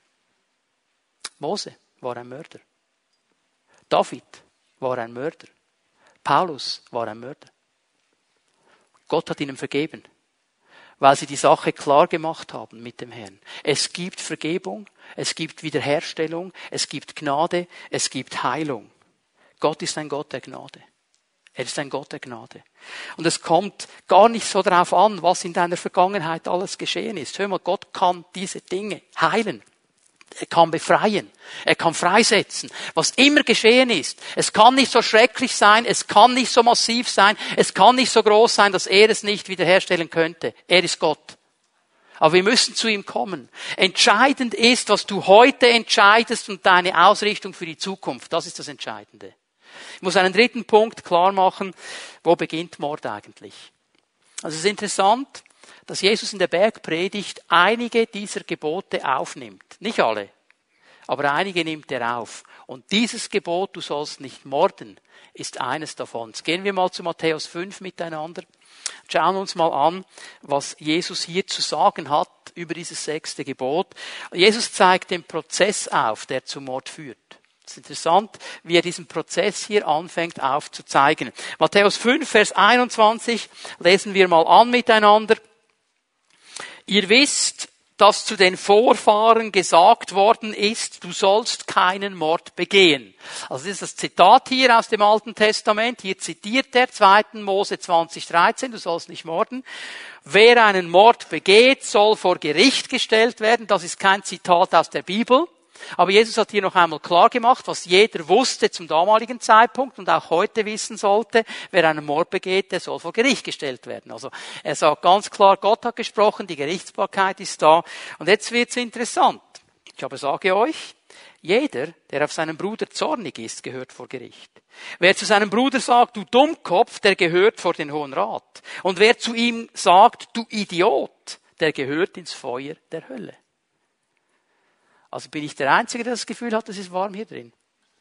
Mose war ein Mörder. David war ein Mörder. Paulus war ein Mörder. Gott hat ihnen vergeben, weil sie die Sache klar gemacht haben mit dem Herrn. Es gibt Vergebung, es gibt Wiederherstellung, es gibt Gnade, es gibt Heilung. Gott ist ein Gott der Gnade. Er ist ein Gott der Gnade. Und es kommt gar nicht so darauf an, was in deiner Vergangenheit alles geschehen ist. Hör mal, Gott kann diese Dinge heilen. Er kann befreien. Er kann freisetzen. Was immer geschehen ist. Es kann nicht so schrecklich sein. Es kann nicht so massiv sein. Es kann nicht so groß sein, dass er es nicht wiederherstellen könnte. Er ist Gott. Aber wir müssen zu ihm kommen. Entscheidend ist, was du heute entscheidest und deine Ausrichtung für die Zukunft. Das ist das Entscheidende. Ich muss einen dritten Punkt klar machen. Wo beginnt Mord eigentlich? Also es ist interessant, dass Jesus in der Bergpredigt einige dieser Gebote aufnimmt. Nicht alle, aber einige nimmt er auf. Und dieses Gebot, du sollst nicht morden, ist eines davon. Jetzt gehen wir mal zu Matthäus fünf miteinander. Schauen uns mal an, was Jesus hier zu sagen hat über dieses sechste Gebot. Jesus zeigt den Prozess auf, der zum Mord führt. Es ist interessant, wie er diesen Prozess hier anfängt aufzuzeigen. Matthäus fünf, Vers einundzwanzig, lesen wir mal an miteinander. Ihr wisst, dass zu den Vorfahren gesagt worden ist, du sollst keinen Mord begehen. Also das ist das Zitat hier aus dem Alten Testament. Hier zitiert er zweiten Mose zwanzig dreizehn, du sollst nicht morden. Wer einen Mord begeht, soll vor Gericht gestellt werden. Das ist kein Zitat aus der Bibel. Aber Jesus hat hier noch einmal klar gemacht, was jeder wusste zum damaligen Zeitpunkt und auch heute wissen sollte, wer einen Mord begeht, der soll vor Gericht gestellt werden. Also er sagt ganz klar, Gott hat gesprochen, die Gerichtsbarkeit ist da. Und jetzt wird's interessant. Ich aber sage euch, jeder, der auf seinen Bruder zornig ist, gehört vor Gericht. Wer zu seinem Bruder sagt, du Dummkopf, der gehört vor den Hohen Rat. Und wer zu ihm sagt, du Idiot, der gehört ins Feuer der Hölle. Also bin ich der Einzige, der das Gefühl hat, es ist warm hier drin?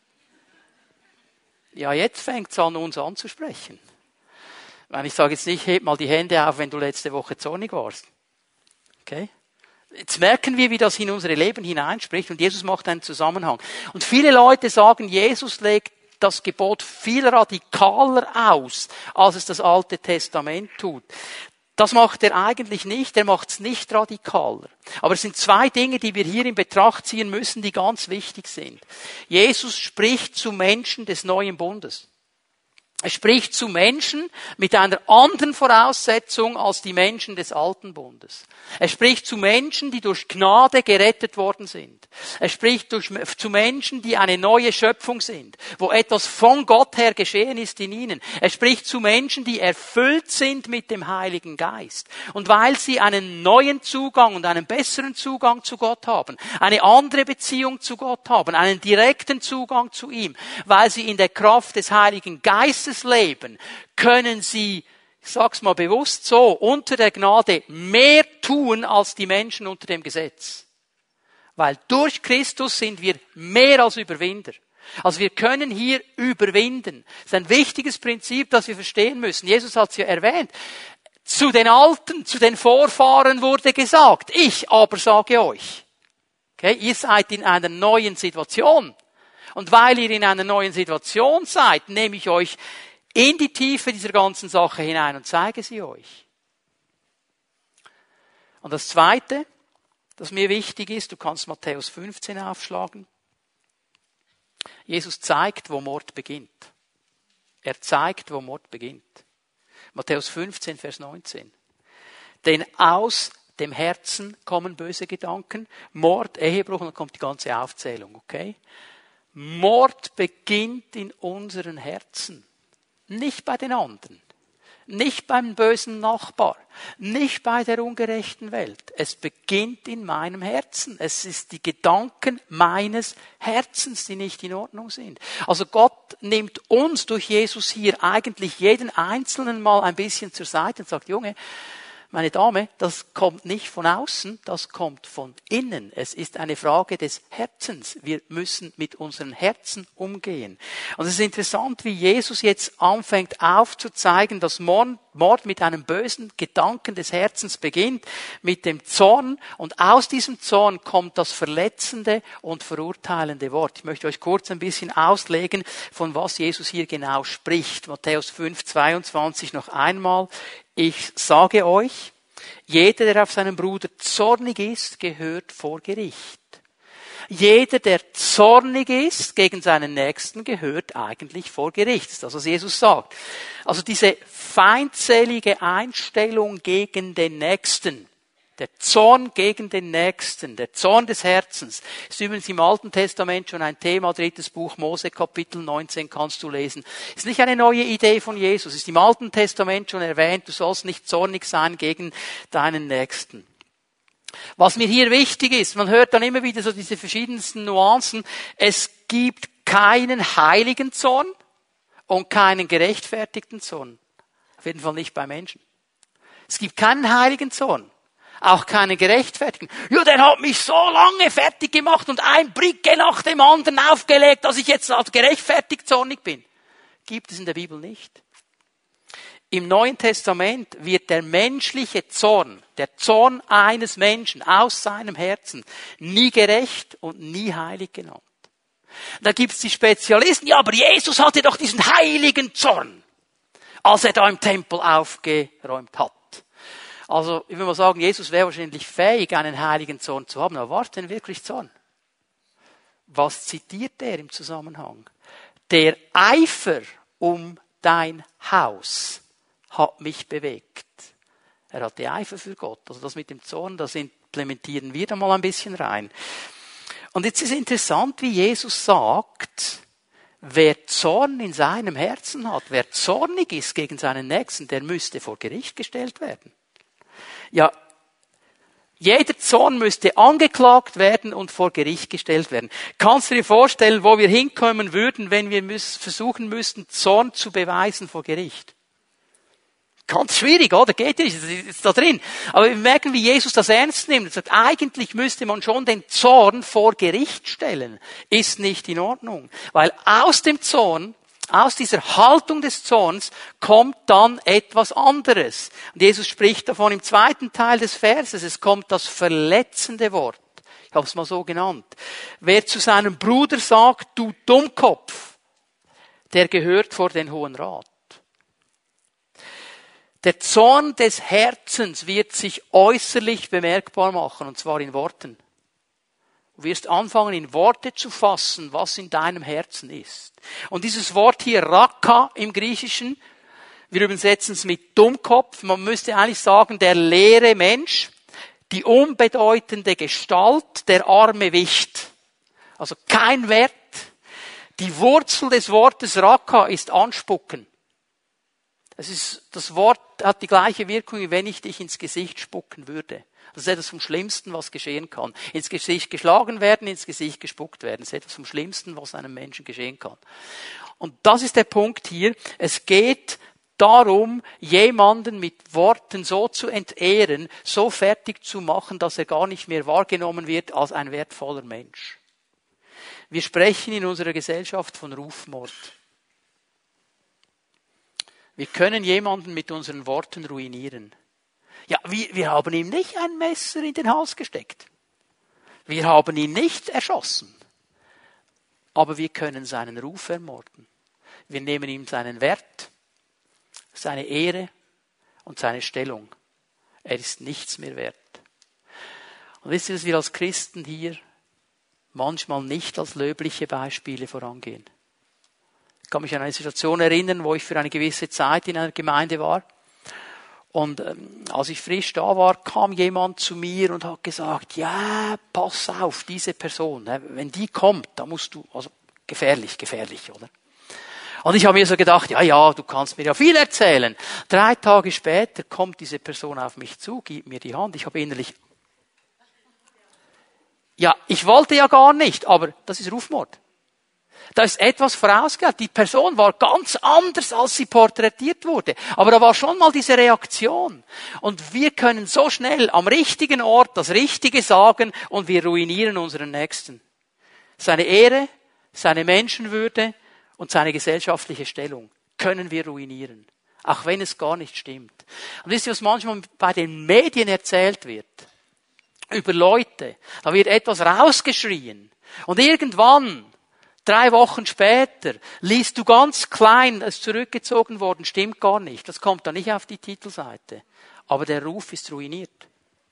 Ja, jetzt fängt es an, uns anzusprechen. Ich sage jetzt nicht, heb mal die Hände auf, wenn du letzte Woche zornig warst. Okay? Jetzt merken wir, wie das in unsere Leben hineinspricht und Jesus macht einen Zusammenhang. Und viele Leute sagen, Jesus legt das Gebot viel radikaler aus, als es das Alte Testament tut. Das macht er eigentlich nicht, er macht es nicht radikaler. Aber es sind zwei Dinge, die wir hier in Betracht ziehen müssen, die ganz wichtig sind. Jesus spricht zu Menschen des neuen Bundes. Er spricht zu Menschen mit einer anderen Voraussetzung als die Menschen des alten Bundes. Er spricht zu Menschen, die durch Gnade gerettet worden sind. Er spricht durch, zu Menschen, die eine neue Schöpfung sind, wo etwas von Gott her geschehen ist in ihnen. Er spricht zu Menschen, die erfüllt sind mit dem Heiligen Geist. Und weil sie einen neuen Zugang und einen besseren Zugang zu Gott haben, eine andere Beziehung zu Gott haben, einen direkten Zugang zu ihm, weil sie in der Kraft des Heiligen Geistes leben, können sie, ich sag's mal bewusst so, unter der Gnade mehr tun als die Menschen unter dem Gesetz. Weil durch Christus sind wir mehr als Überwinder. Also wir können hier überwinden. Das ist ein wichtiges Prinzip, das wir verstehen müssen. Jesus hat es ja erwähnt. Zu den Alten, zu den Vorfahren wurde gesagt, ich aber sage euch. Okay, ihr seid in einer neuen Situation. Und weil ihr in einer neuen Situation seid, nehme ich euch in die Tiefe dieser ganzen Sache hinein und zeige sie euch. Und das Zweite, das mir wichtig ist, du kannst Matthäus fünfzehn aufschlagen. Jesus zeigt, wo Mord beginnt. Er zeigt, wo Mord beginnt. Matthäus fünfzehn, Vers neunzehn. Denn aus dem Herzen kommen böse Gedanken, Mord, Ehebruch, und dann kommt die ganze Aufzählung, okay? Mord beginnt in unseren Herzen. Nicht bei den anderen. nicht beim bösen Nachbar, nicht bei der ungerechten Welt. Es beginnt in meinem Herzen. Es ist die Gedanken meines Herzens, die nicht in Ordnung sind. Also Gott nimmt uns durch Jesus hier eigentlich jeden Einzelnen mal ein bisschen zur Seite und sagt, Junge, meine Dame, das kommt nicht von außen, das kommt von innen. Es ist eine Frage des Herzens. Wir müssen mit unseren Herzen umgehen. Und es ist interessant, wie Jesus jetzt anfängt aufzuzeigen, dass Mord mit einem bösen Gedanken des Herzens beginnt, mit dem Zorn. Und aus diesem Zorn kommt das verletzende und verurteilende Wort. Ich möchte euch kurz ein bisschen auslegen, von was Jesus hier genau spricht. Matthäus fünf, zweiundzwanzig noch einmal. Ich sage euch, jeder, der auf seinen Bruder zornig ist, gehört vor Gericht. Jeder, der zornig ist gegen seinen Nächsten, gehört eigentlich vor Gericht. Das ist das, was Jesus sagt. Also diese feindselige Einstellung gegen den Nächsten, der Zorn gegen den Nächsten, der Zorn des Herzens, ist übrigens im Alten Testament schon ein Thema, drittes Buch Mose, Kapitel neunzehn kannst du lesen. Ist nicht eine neue Idee von Jesus, ist im Alten Testament schon erwähnt, du sollst nicht zornig sein gegen deinen Nächsten. Was mir hier wichtig ist, man hört dann immer wieder so diese verschiedensten Nuancen, es gibt keinen heiligen Zorn und keinen gerechtfertigten Zorn. Auf jeden Fall nicht bei Menschen. Es gibt keinen heiligen Zorn. Auch keine gerechtfertigen. Ja, der hat mich so lange fertig gemacht und ein Bricke nach dem anderen aufgelegt, dass ich jetzt als gerechtfertigt zornig bin. Gibt es in der Bibel nicht. Im Neuen Testament wird der menschliche Zorn, der Zorn eines Menschen aus seinem Herzen, nie gerecht und nie heilig genannt. Da gibt es die Spezialisten, ja, aber Jesus hatte doch diesen heiligen Zorn, als er da im Tempel aufgeräumt hat. Also, ich würde mal sagen, Jesus wäre wahrscheinlich fähig, einen heiligen Zorn zu haben. Aber war es denn wirklich Zorn? Was zitiert er im Zusammenhang? Der Eifer um dein Haus hat mich bewegt. Er hatte Eifer für Gott. Also das mit dem Zorn, das implementieren wir da mal ein bisschen rein. Und jetzt ist interessant, wie Jesus sagt, wer Zorn in seinem Herzen hat, wer zornig ist gegen seinen Nächsten, der müsste vor Gericht gestellt werden. Ja, jeder Zorn müsste angeklagt werden und vor Gericht gestellt werden. Kannst du dir vorstellen, wo wir hinkommen würden, wenn wir müß, versuchen müssten, Zorn zu beweisen vor Gericht? Ganz schwierig, oder? Geht ja nicht, das ist da drin. Aber wir merken, wie Jesus das ernst nimmt. Er sagt, eigentlich müsste man schon den Zorn vor Gericht stellen. Ist nicht in Ordnung. Weil aus dem Zorn, aus dieser Haltung des Zorns kommt dann etwas anderes. Und Jesus spricht davon im zweiten Teil des Verses. Es kommt das verletzende Wort. Ich habe es mal so genannt. Wer zu seinem Bruder sagt, du Dummkopf, der gehört vor den Hohen Rat. Der Zorn des Herzens wird sich äußerlich bemerkbar machen, und zwar in Worten. Du wirst anfangen, in Worte zu fassen, was in deinem Herzen ist. Und dieses Wort hier, Raka im Griechischen, wir übersetzen es mit Dummkopf. Man müsste eigentlich sagen, der leere Mensch, die unbedeutende Gestalt, der arme Wicht. Also kein Wert. Die Wurzel des Wortes Raka ist anspucken. Es ist, das Wort hat die gleiche Wirkung, wie wenn ich dich ins Gesicht spucken würde. Das ist etwas vom Schlimmsten, was geschehen kann. Ins Gesicht geschlagen werden, ins Gesicht gespuckt werden. Das ist etwas vom Schlimmsten, was einem Menschen geschehen kann. Und das ist der Punkt hier. Es geht darum, jemanden mit Worten so zu entehren, so fertig zu machen, dass er gar nicht mehr wahrgenommen wird als ein wertvoller Mensch. Wir sprechen in unserer Gesellschaft von Rufmord. Wir können jemanden mit unseren Worten ruinieren. Ja, wir, wir haben ihm nicht ein Messer in den Hals gesteckt. Wir haben ihn nicht erschossen. Aber wir können seinen Ruf ermorden. Wir nehmen ihm seinen Wert, seine Ehre und seine Stellung. Er ist nichts mehr wert. Und wisst ihr, dass wir als Christen hier manchmal nicht als löbliche Beispiele vorangehen? Ich kann mich an eine Situation erinnern, wo ich für eine gewisse Zeit in einer Gemeinde war. Und ähm, als ich frisch da war, kam jemand zu mir und hat gesagt, ja, pass auf, diese Person, wenn die kommt, da musst du, also gefährlich, gefährlich, oder? Und ich habe mir so gedacht, ja, ja, du kannst mir ja viel erzählen. Drei Tage später kommt diese Person auf mich zu, gibt mir die Hand. Ich habe innerlich, ja, ich wollte ja gar nicht, aber das ist Rufmord. Da ist etwas vorausgegangen. Die Person war ganz anders, als sie porträtiert wurde. Aber da war schon mal diese Reaktion. Und wir können so schnell am richtigen Ort das Richtige sagen und wir ruinieren unseren Nächsten. Seine Ehre, seine Menschenwürde und seine gesellschaftliche Stellung können wir ruinieren. Auch wenn es gar nicht stimmt. Und wisst ihr, was manchmal bei den Medien erzählt wird? Über Leute. Da wird etwas rausgeschrien. Und irgendwann, drei Wochen später, liest du ganz klein, es ist zurückgezogen worden, stimmt gar nicht. Das kommt dann nicht auf die Titelseite. Aber der Ruf ist ruiniert.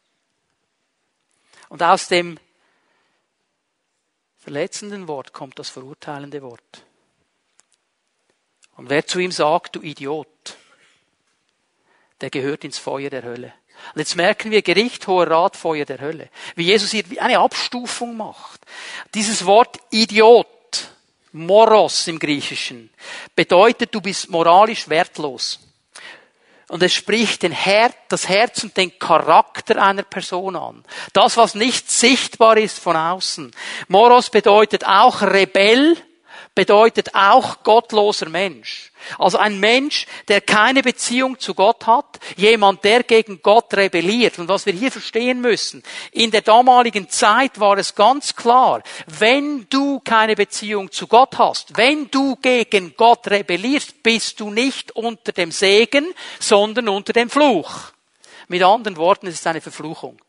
Und aus dem verletzenden Wort kommt das verurteilende Wort. Und wer zu ihm sagt, du Idiot, der gehört ins Feuer der Hölle. Und jetzt merken wir, Gericht, Hoher Rat, Feuer der Hölle. Wie Jesus hier eine Abstufung macht. Dieses Wort Idiot, Moros im Griechischen, bedeutet, du bist moralisch wertlos. Und es spricht den Her- das Herz und den Charakter einer Person an. Das, was nicht sichtbar ist von außen. Moros bedeutet auch Rebell, bedeutet auch gottloser Mensch. Also ein Mensch, der keine Beziehung zu Gott hat, jemand, der gegen Gott rebelliert. Und was wir hier verstehen müssen, in der damaligen Zeit war es ganz klar, wenn du keine Beziehung zu Gott hast, wenn du gegen Gott rebellierst, bist du nicht unter dem Segen, sondern unter dem Fluch. Mit anderen Worten, es ist eine Verfluchung.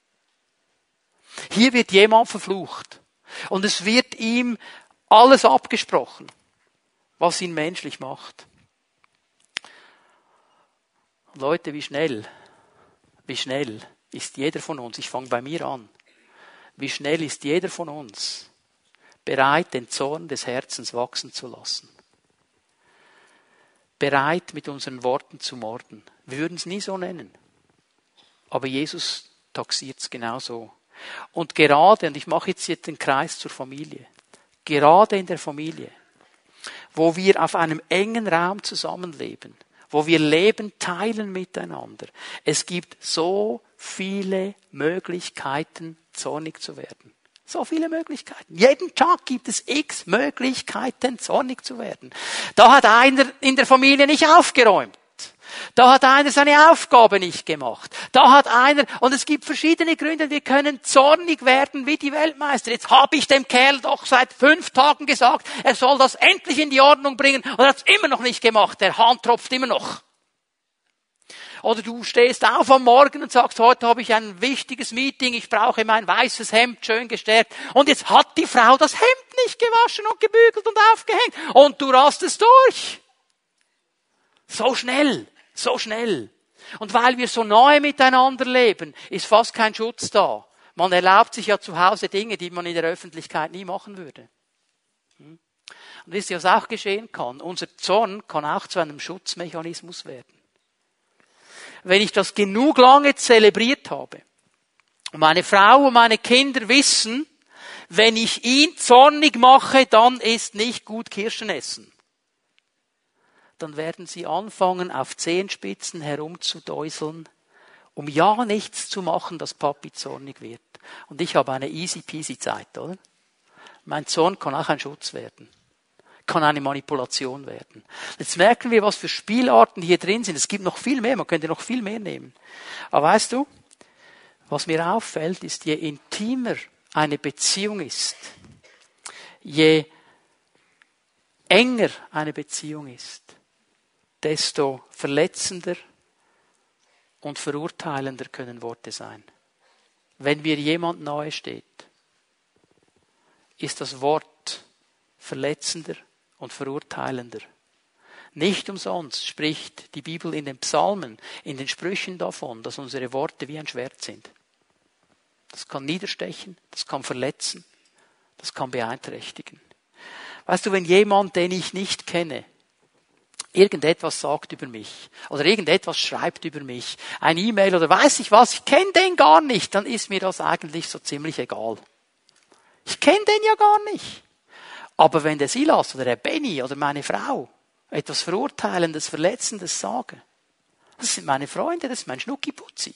Hier wird jemand verflucht. Und es wird ihm alles abgesprochen, was ihn menschlich macht. Und Leute, wie schnell, wie schnell ist jeder von uns, ich fange bei mir an, wie schnell ist jeder von uns bereit, den Zorn des Herzens wachsen zu lassen. Bereit, mit unseren Worten zu morden. Wir würden es nie so nennen. Aber Jesus taxiert es genau so. Und gerade, und ich mache jetzt hier den Kreis zur Familie, gerade in der Familie, wo wir auf einem engen Raum zusammenleben, wo wir Leben teilen miteinander. Es gibt so viele Möglichkeiten, zornig zu werden. So viele Möglichkeiten. Jeden Tag gibt es x Möglichkeiten, zornig zu werden. Da hat einer in der Familie nicht aufgeräumt. Da hat einer seine Aufgabe nicht gemacht. Da hat einer, und es gibt verschiedene Gründe, wir können zornig werden wie die Weltmeister. Jetzt habe ich dem Kerl doch seit fünf Tagen gesagt, er soll das endlich in die Ordnung bringen und er hat es immer noch nicht gemacht. Der Hahn tropft immer noch. Oder du stehst auf am Morgen und sagst, heute habe ich ein wichtiges Meeting, ich brauche mein weißes Hemd schön gestärkt. Und jetzt hat die Frau das Hemd nicht gewaschen und gebügelt und aufgehängt. Und du rastest durch. So schnell. So schnell. Und weil wir so nahe miteinander leben, ist fast kein Schutz da. Man erlaubt sich ja zu Hause Dinge, die man in der Öffentlichkeit nie machen würde. Und wisst ihr, was auch geschehen kann? Unser Zorn kann auch zu einem Schutzmechanismus werden. Wenn ich das genug lange zelebriert habe, und meine Frau und meine Kinder wissen, wenn ich ihn zornig mache, dann ist nicht gut Kirschen essen. Dann werden sie anfangen, auf Zehenspitzen herumzusäuseln, um ja nichts zu machen, dass Papi zornig wird. Und ich habe eine easy peasy Zeit, oder? Mein Zorn kann auch ein Schutz werden. Kann eine Manipulation werden. Jetzt merken wir, was für Spielarten hier drin sind. Es gibt noch viel mehr, man könnte noch viel mehr nehmen. Aber weißt du, was mir auffällt, ist, je intimer eine Beziehung ist, je enger eine Beziehung ist, desto verletzender und verurteilender können Worte sein. Wenn mir jemand nahe steht, ist das Wort verletzender und verurteilender. Nicht umsonst spricht die Bibel in den Psalmen, in den Sprüchen davon, dass unsere Worte wie ein Schwert sind. Das kann niederstechen, das kann verletzen, das kann beeinträchtigen. Weißt du, wenn jemand, den ich nicht kenne, irgendetwas sagt über mich oder irgendetwas schreibt über mich, ein E-Mail oder weiß ich was, ich kenne den gar nicht, dann ist mir das eigentlich so ziemlich egal. Ich kenne den ja gar nicht. Aber wenn der Silas oder der Benny oder meine Frau etwas Verurteilendes, Verletzendes sagen, das sind meine Freunde, das ist mein Schnuckiputzi.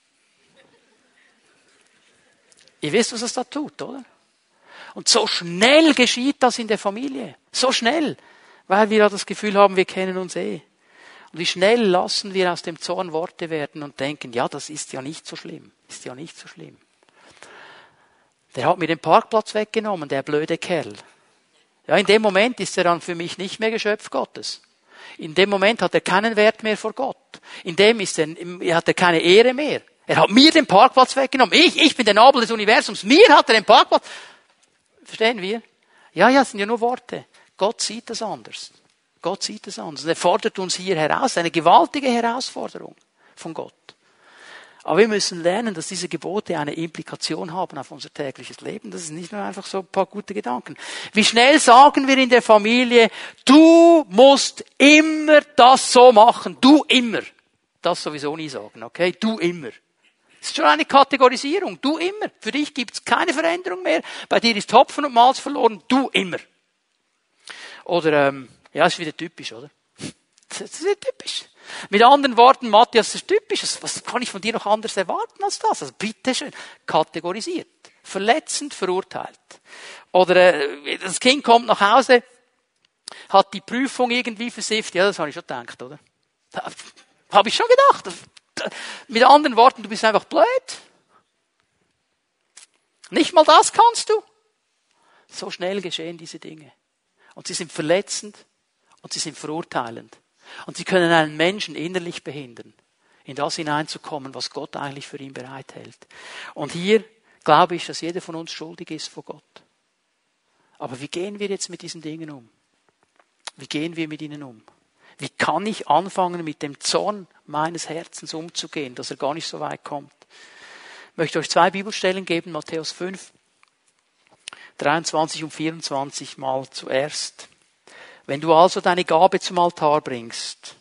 Ihr wisst, was es da tut, oder? Und so schnell geschieht das in der Familie. So schnell. Weil wir das Gefühl haben, wir kennen uns eh. Und wie schnell lassen wir aus dem Zorn Worte werden und denken, ja, das ist ja nicht so schlimm. Ist ja nicht so schlimm. Der hat mir den Parkplatz weggenommen, der blöde Kerl. Ja, in dem Moment ist er dann für mich nicht mehr Geschöpf Gottes. In dem Moment hat er keinen Wert mehr vor Gott. In dem ist er, hat er keine Ehre mehr. Er hat mir den Parkplatz weggenommen. Ich, ich bin der Nabel des Universums. Mir hat er den Parkplatz. Verstehen wir? Ja, ja, es sind ja nur Worte. Gott sieht das anders. Gott sieht das anders. Und er fordert uns hier heraus. Eine gewaltige Herausforderung von Gott. Aber wir müssen lernen, dass diese Gebote eine Implikation haben auf unser tägliches Leben. Das ist nicht nur einfach so ein paar gute Gedanken. Wie schnell sagen wir in der Familie, du musst immer das so machen. Du immer. Das sowieso nie sagen, okay? Du immer. Das ist schon eine Kategorisierung. Du immer. Für dich gibt es keine Veränderung mehr. Bei dir ist Hopfen und Malz verloren. Du immer. Oder, ähm, ja, das ist wieder typisch, oder? Das ist wieder typisch. Mit anderen Worten, Matthias, das ist typisch. Was kann ich von dir noch anders erwarten als das? Also bitteschön. Kategorisiert. Verletzend, verurteilt. Oder äh, das Kind kommt nach Hause, hat die Prüfung irgendwie versifft. Ja, das habe ich schon gedacht, oder? Habe ich schon gedacht. Mit anderen Worten, du bist einfach blöd. Nicht mal das kannst du. So schnell geschehen diese Dinge. Und sie sind verletzend und sie sind verurteilend. Und sie können einen Menschen innerlich behindern, in das hineinzukommen, was Gott eigentlich für ihn bereithält. Und hier glaube ich, dass jeder von uns schuldig ist vor Gott. Aber wie gehen wir jetzt mit diesen Dingen um? Wie gehen wir mit ihnen um? Wie kann ich anfangen, mit dem Zorn meines Herzens umzugehen, dass er gar nicht so weit kommt? Ich möchte euch zwei Bibelstellen geben, Matthäus fünf, dreiundzwanzig und vierundzwanzig mal zuerst. Wenn du also deine Gabe zum Altar bringst,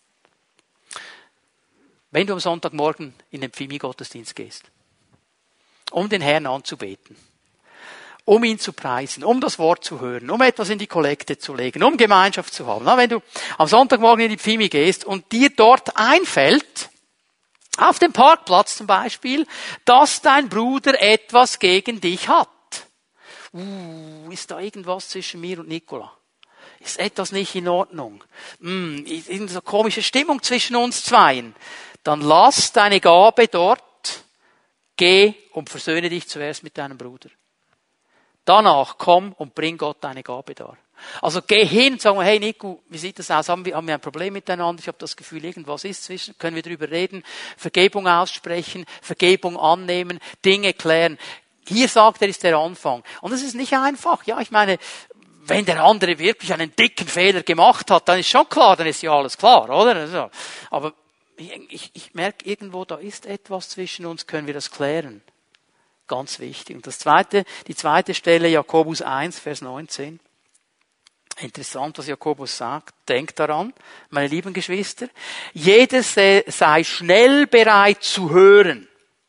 wenn du am Sonntagmorgen in den Pfimi-Gottesdienst gehst, um den Herrn anzubeten, um ihn zu preisen, um das Wort zu hören, um etwas in die Kollekte zu legen, um Gemeinschaft zu haben. Wenn du am Sonntagmorgen in die Pfimi gehst und dir dort einfällt, auf dem Parkplatz zum Beispiel, dass dein Bruder etwas gegen dich hat. Uh, ist da irgendwas zwischen mir und Nicola? Ist etwas nicht in Ordnung? Hm, ist eine so komische Stimmung zwischen uns zweien. Dann lass deine Gabe dort, geh und versöhne dich zuerst mit deinem Bruder. Danach komm und bring Gott deine Gabe dar. Also geh hin und sag mal, hey Nico, wie sieht das aus? Haben wir, haben wir ein Problem miteinander? Ich habe das Gefühl, irgendwas ist zwischen. Können wir darüber reden? Vergebung aussprechen, Vergebung annehmen, Dinge klären. Hier sagt er, ist der Anfang. Und es ist nicht einfach. Ja, ich meine, wenn der andere wirklich einen dicken Fehler gemacht hat, dann ist schon klar, dann ist ja alles klar, oder? Also, aber ich, ich, ich merke irgendwo, da ist etwas zwischen uns, können wir das klären. Ganz wichtig. Und das zweite, die zweite Stelle, Jakobus eins, Vers neunzehn. Interessant, was Jakobus sagt. Denkt daran, meine lieben Geschwister, jeder sei schnell bereit zu hören.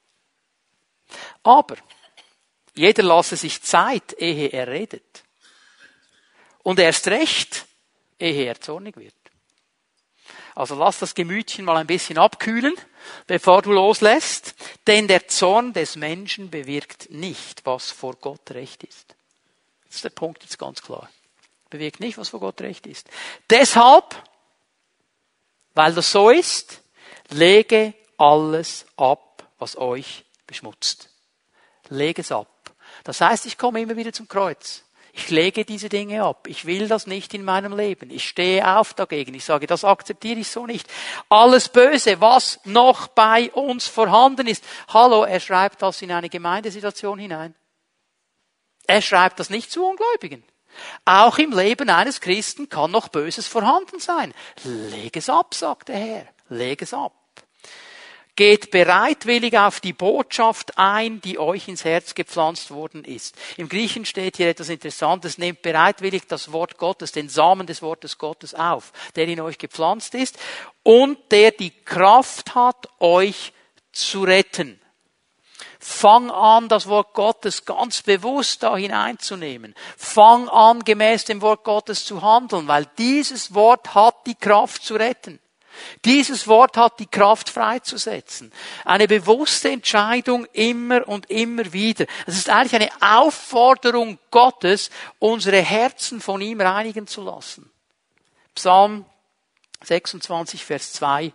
Aber jeder lasse sich Zeit, ehe er redet. Und erst recht, ehe er zornig wird. Also lass das Gemütchen mal ein bisschen abkühlen, bevor du loslässt. Denn der Zorn des Menschen bewirkt nicht, was vor Gott recht ist. Das ist der Punkt jetzt ganz klar. Bewirkt nicht, was vor Gott recht ist. Deshalb, weil das so ist, lege alles ab, was euch beschmutzt. Lege es ab. Das heißt, ich komme immer wieder zum Kreuz. Ich lege diese Dinge ab. Ich will das nicht in meinem Leben. Ich stehe auf dagegen. Ich sage, das akzeptiere ich so nicht. Alles Böse, was noch bei uns vorhanden ist. Hallo, er schreibt das in eine Gemeindesituation hinein. Er schreibt das nicht zu Ungläubigen. Auch im Leben eines Christen kann noch Böses vorhanden sein. Leg es ab, sagt der Herr. Leg es ab. Geht bereitwillig auf die Botschaft ein, die euch ins Herz gepflanzt worden ist. Im Griechen steht hier etwas Interessantes. Nehmt bereitwillig das Wort Gottes, den Samen des Wortes Gottes auf, der in euch gepflanzt ist und der die Kraft hat, euch zu retten. Fang an, das Wort Gottes ganz bewusst da hineinzunehmen. Fang an, gemäß dem Wort Gottes zu handeln, weil dieses Wort hat die Kraft zu retten. Dieses Wort hat die Kraft freizusetzen. Eine bewusste Entscheidung immer und immer wieder. Es ist eigentlich eine Aufforderung Gottes, unsere Herzen von ihm reinigen zu lassen. Psalm sechsundzwanzig, Vers zwei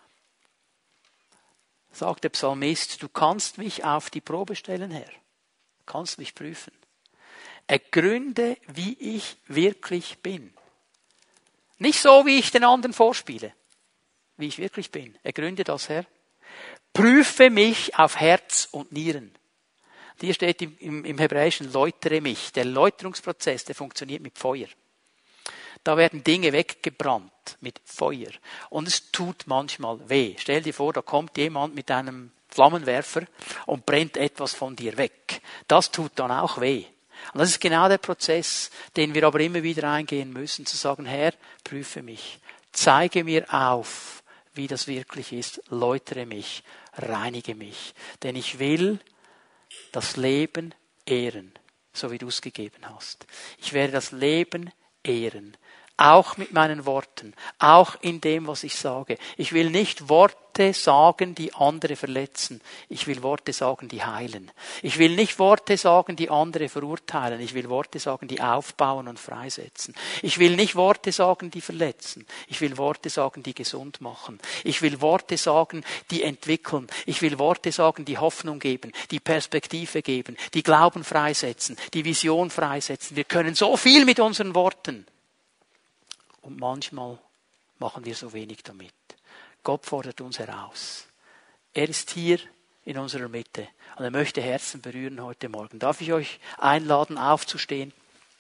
sagt der Psalmist, du kannst mich auf die Probe stellen, Herr. Du kannst mich prüfen. Ergründe, wie ich wirklich bin. Nicht so, wie ich den anderen vorspiele. Wie ich wirklich bin. Ergründe das, Herr. Prüfe mich auf Herz und Nieren. Hier steht im, im, im Hebräischen, läutere mich. Der Läuterungsprozess, der funktioniert mit Feuer. Da werden Dinge weggebrannt mit Feuer. Und es tut manchmal weh. Stell dir vor, da kommt jemand mit einem Flammenwerfer und brennt etwas von dir weg. Das tut dann auch weh. Und das ist genau der Prozess, den wir aber immer wieder eingehen müssen, zu sagen, Herr, prüfe mich. Zeige mir auf, wie das wirklich ist. Läutere mich, reinige mich. Denn ich will das Leben ehren, so wie du es gegeben hast. Ich werde das Leben ehren. Auch mit meinen Worten, auch in dem, was ich sage. Ich will nicht Worte sagen, die andere verletzen. Ich will Worte sagen, die heilen. Ich will nicht Worte sagen, die andere verurteilen. Ich will Worte sagen, die aufbauen und freisetzen. Ich will nicht Worte sagen, die verletzen. Ich will Worte sagen, die gesund machen. Ich will Worte sagen, die entwickeln. Ich will Worte sagen, die Hoffnung geben, die Perspektive geben, die Glauben freisetzen, die Vision freisetzen. Wir können so viel mit unseren Worten. Und manchmal machen wir so wenig damit. Gott fordert uns heraus. Er ist hier in unserer Mitte und er möchte Herzen berühren heute Morgen. Darf ich euch einladen, aufzustehen?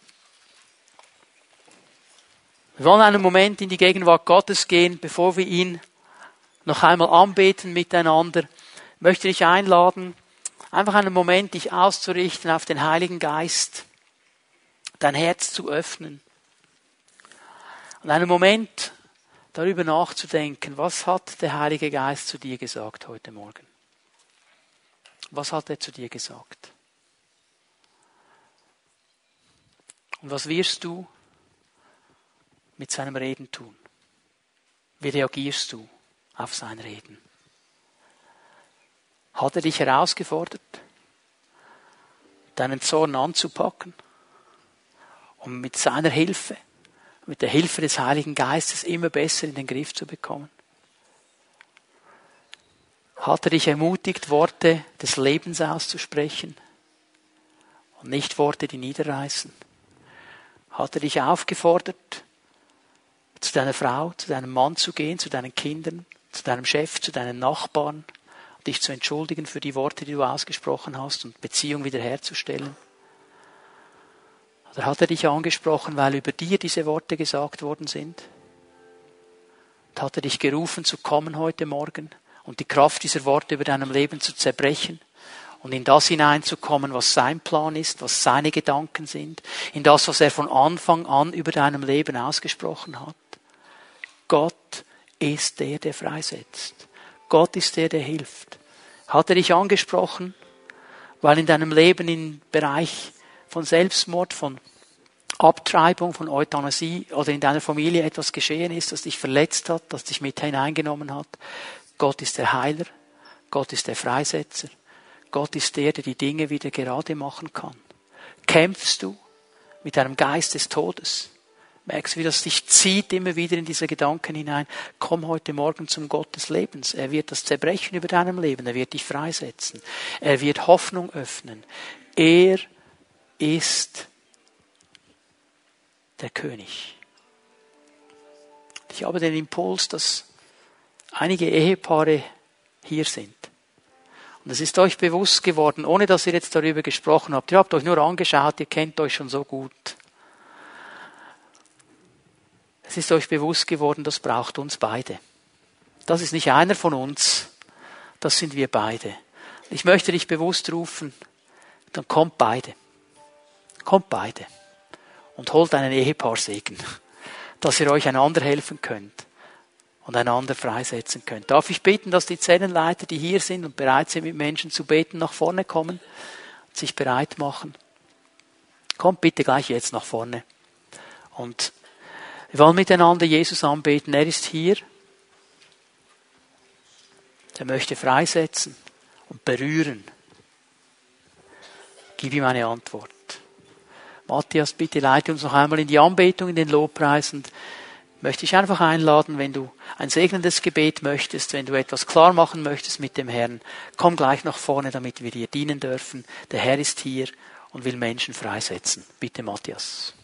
Wir wollen einen Moment in die Gegenwart Gottes gehen, bevor wir ihn noch einmal anbeten miteinander. Möchte ich einladen, einfach einen Moment dich auszurichten auf den Heiligen Geist, dein Herz zu öffnen. Und einen Moment darüber nachzudenken, was hat der Heilige Geist zu dir gesagt heute Morgen? Was hat er zu dir gesagt? Und was wirst du mit seinem Reden tun? Wie reagierst du auf sein Reden? Hat er dich herausgefordert, deinen Zorn anzupacken, um mit seiner Hilfe, mit der Hilfe des Heiligen Geistes immer besser in den Griff zu bekommen? Hat er dich ermutigt, Worte des Lebens auszusprechen und nicht Worte, die niederreißen? Hat er dich aufgefordert, zu deiner Frau, zu deinem Mann zu gehen, zu deinen Kindern, zu deinem Chef, zu deinen Nachbarn, dich zu entschuldigen für die Worte, die du ausgesprochen hast und Beziehung wiederherzustellen? Oder hat er dich angesprochen, weil über dir diese Worte gesagt worden sind? Und hat er dich gerufen, zu kommen heute Morgen und die Kraft dieser Worte über deinem Leben zu zerbrechen und in das hineinzukommen, was sein Plan ist, was seine Gedanken sind, in das, was er von Anfang an über deinem Leben ausgesprochen hat? Gott ist der, der freisetzt. Gott ist der, der hilft. Hat er dich angesprochen, weil in deinem Leben im Bereich von Selbstmord, von Abtreibung, von Euthanasie oder in deiner Familie etwas geschehen ist, das dich verletzt hat, das dich mit hineingenommen hat? Gott ist der Heiler, Gott ist der Freisetzer, Gott ist der, der die Dinge wieder gerade machen kann. Kämpfst du mit einem Geist des Todes? Merkst du, wie das dich zieht immer wieder in diese Gedanken hinein? Komm heute Morgen zum Gott des Lebens. Er wird das zerbrechen über deinem Leben. Er wird dich freisetzen. Er wird Hoffnung öffnen. Er ist der König. Ich habe den Impuls, dass einige Ehepaare hier sind. Und es ist euch bewusst geworden, ohne dass ihr jetzt darüber gesprochen habt. Ihr habt euch nur angeschaut, ihr kennt euch schon so gut. Es ist euch bewusst geworden, das braucht uns beide. Das ist nicht einer von uns, das sind wir beide. Ich möchte dich bewusst rufen, dann kommt beide. Kommt beide. Und holt einen Ehepaar Segen, dass ihr euch einander helfen könnt. und einander freisetzen können. Darf ich bitten, dass die Zellenleiter, die hier sind und bereit sind, mit Menschen zu beten, nach vorne kommen und sich bereit machen? Kommt bitte gleich jetzt nach vorne. Und wir wollen miteinander Jesus anbeten. Er ist hier. Er möchte freisetzen und berühren. Gib ihm eine Antwort. Matthias, bitte leite uns noch einmal in die Anbetung, in den Lobpreis, und möchte ich einfach einladen, wenn du ein segnendes Gebet möchtest, wenn du etwas klar machen möchtest mit dem Herrn, komm gleich nach vorne, damit wir dir dienen dürfen. Der Herr ist hier und will Menschen freisetzen. Bitte, Matthias.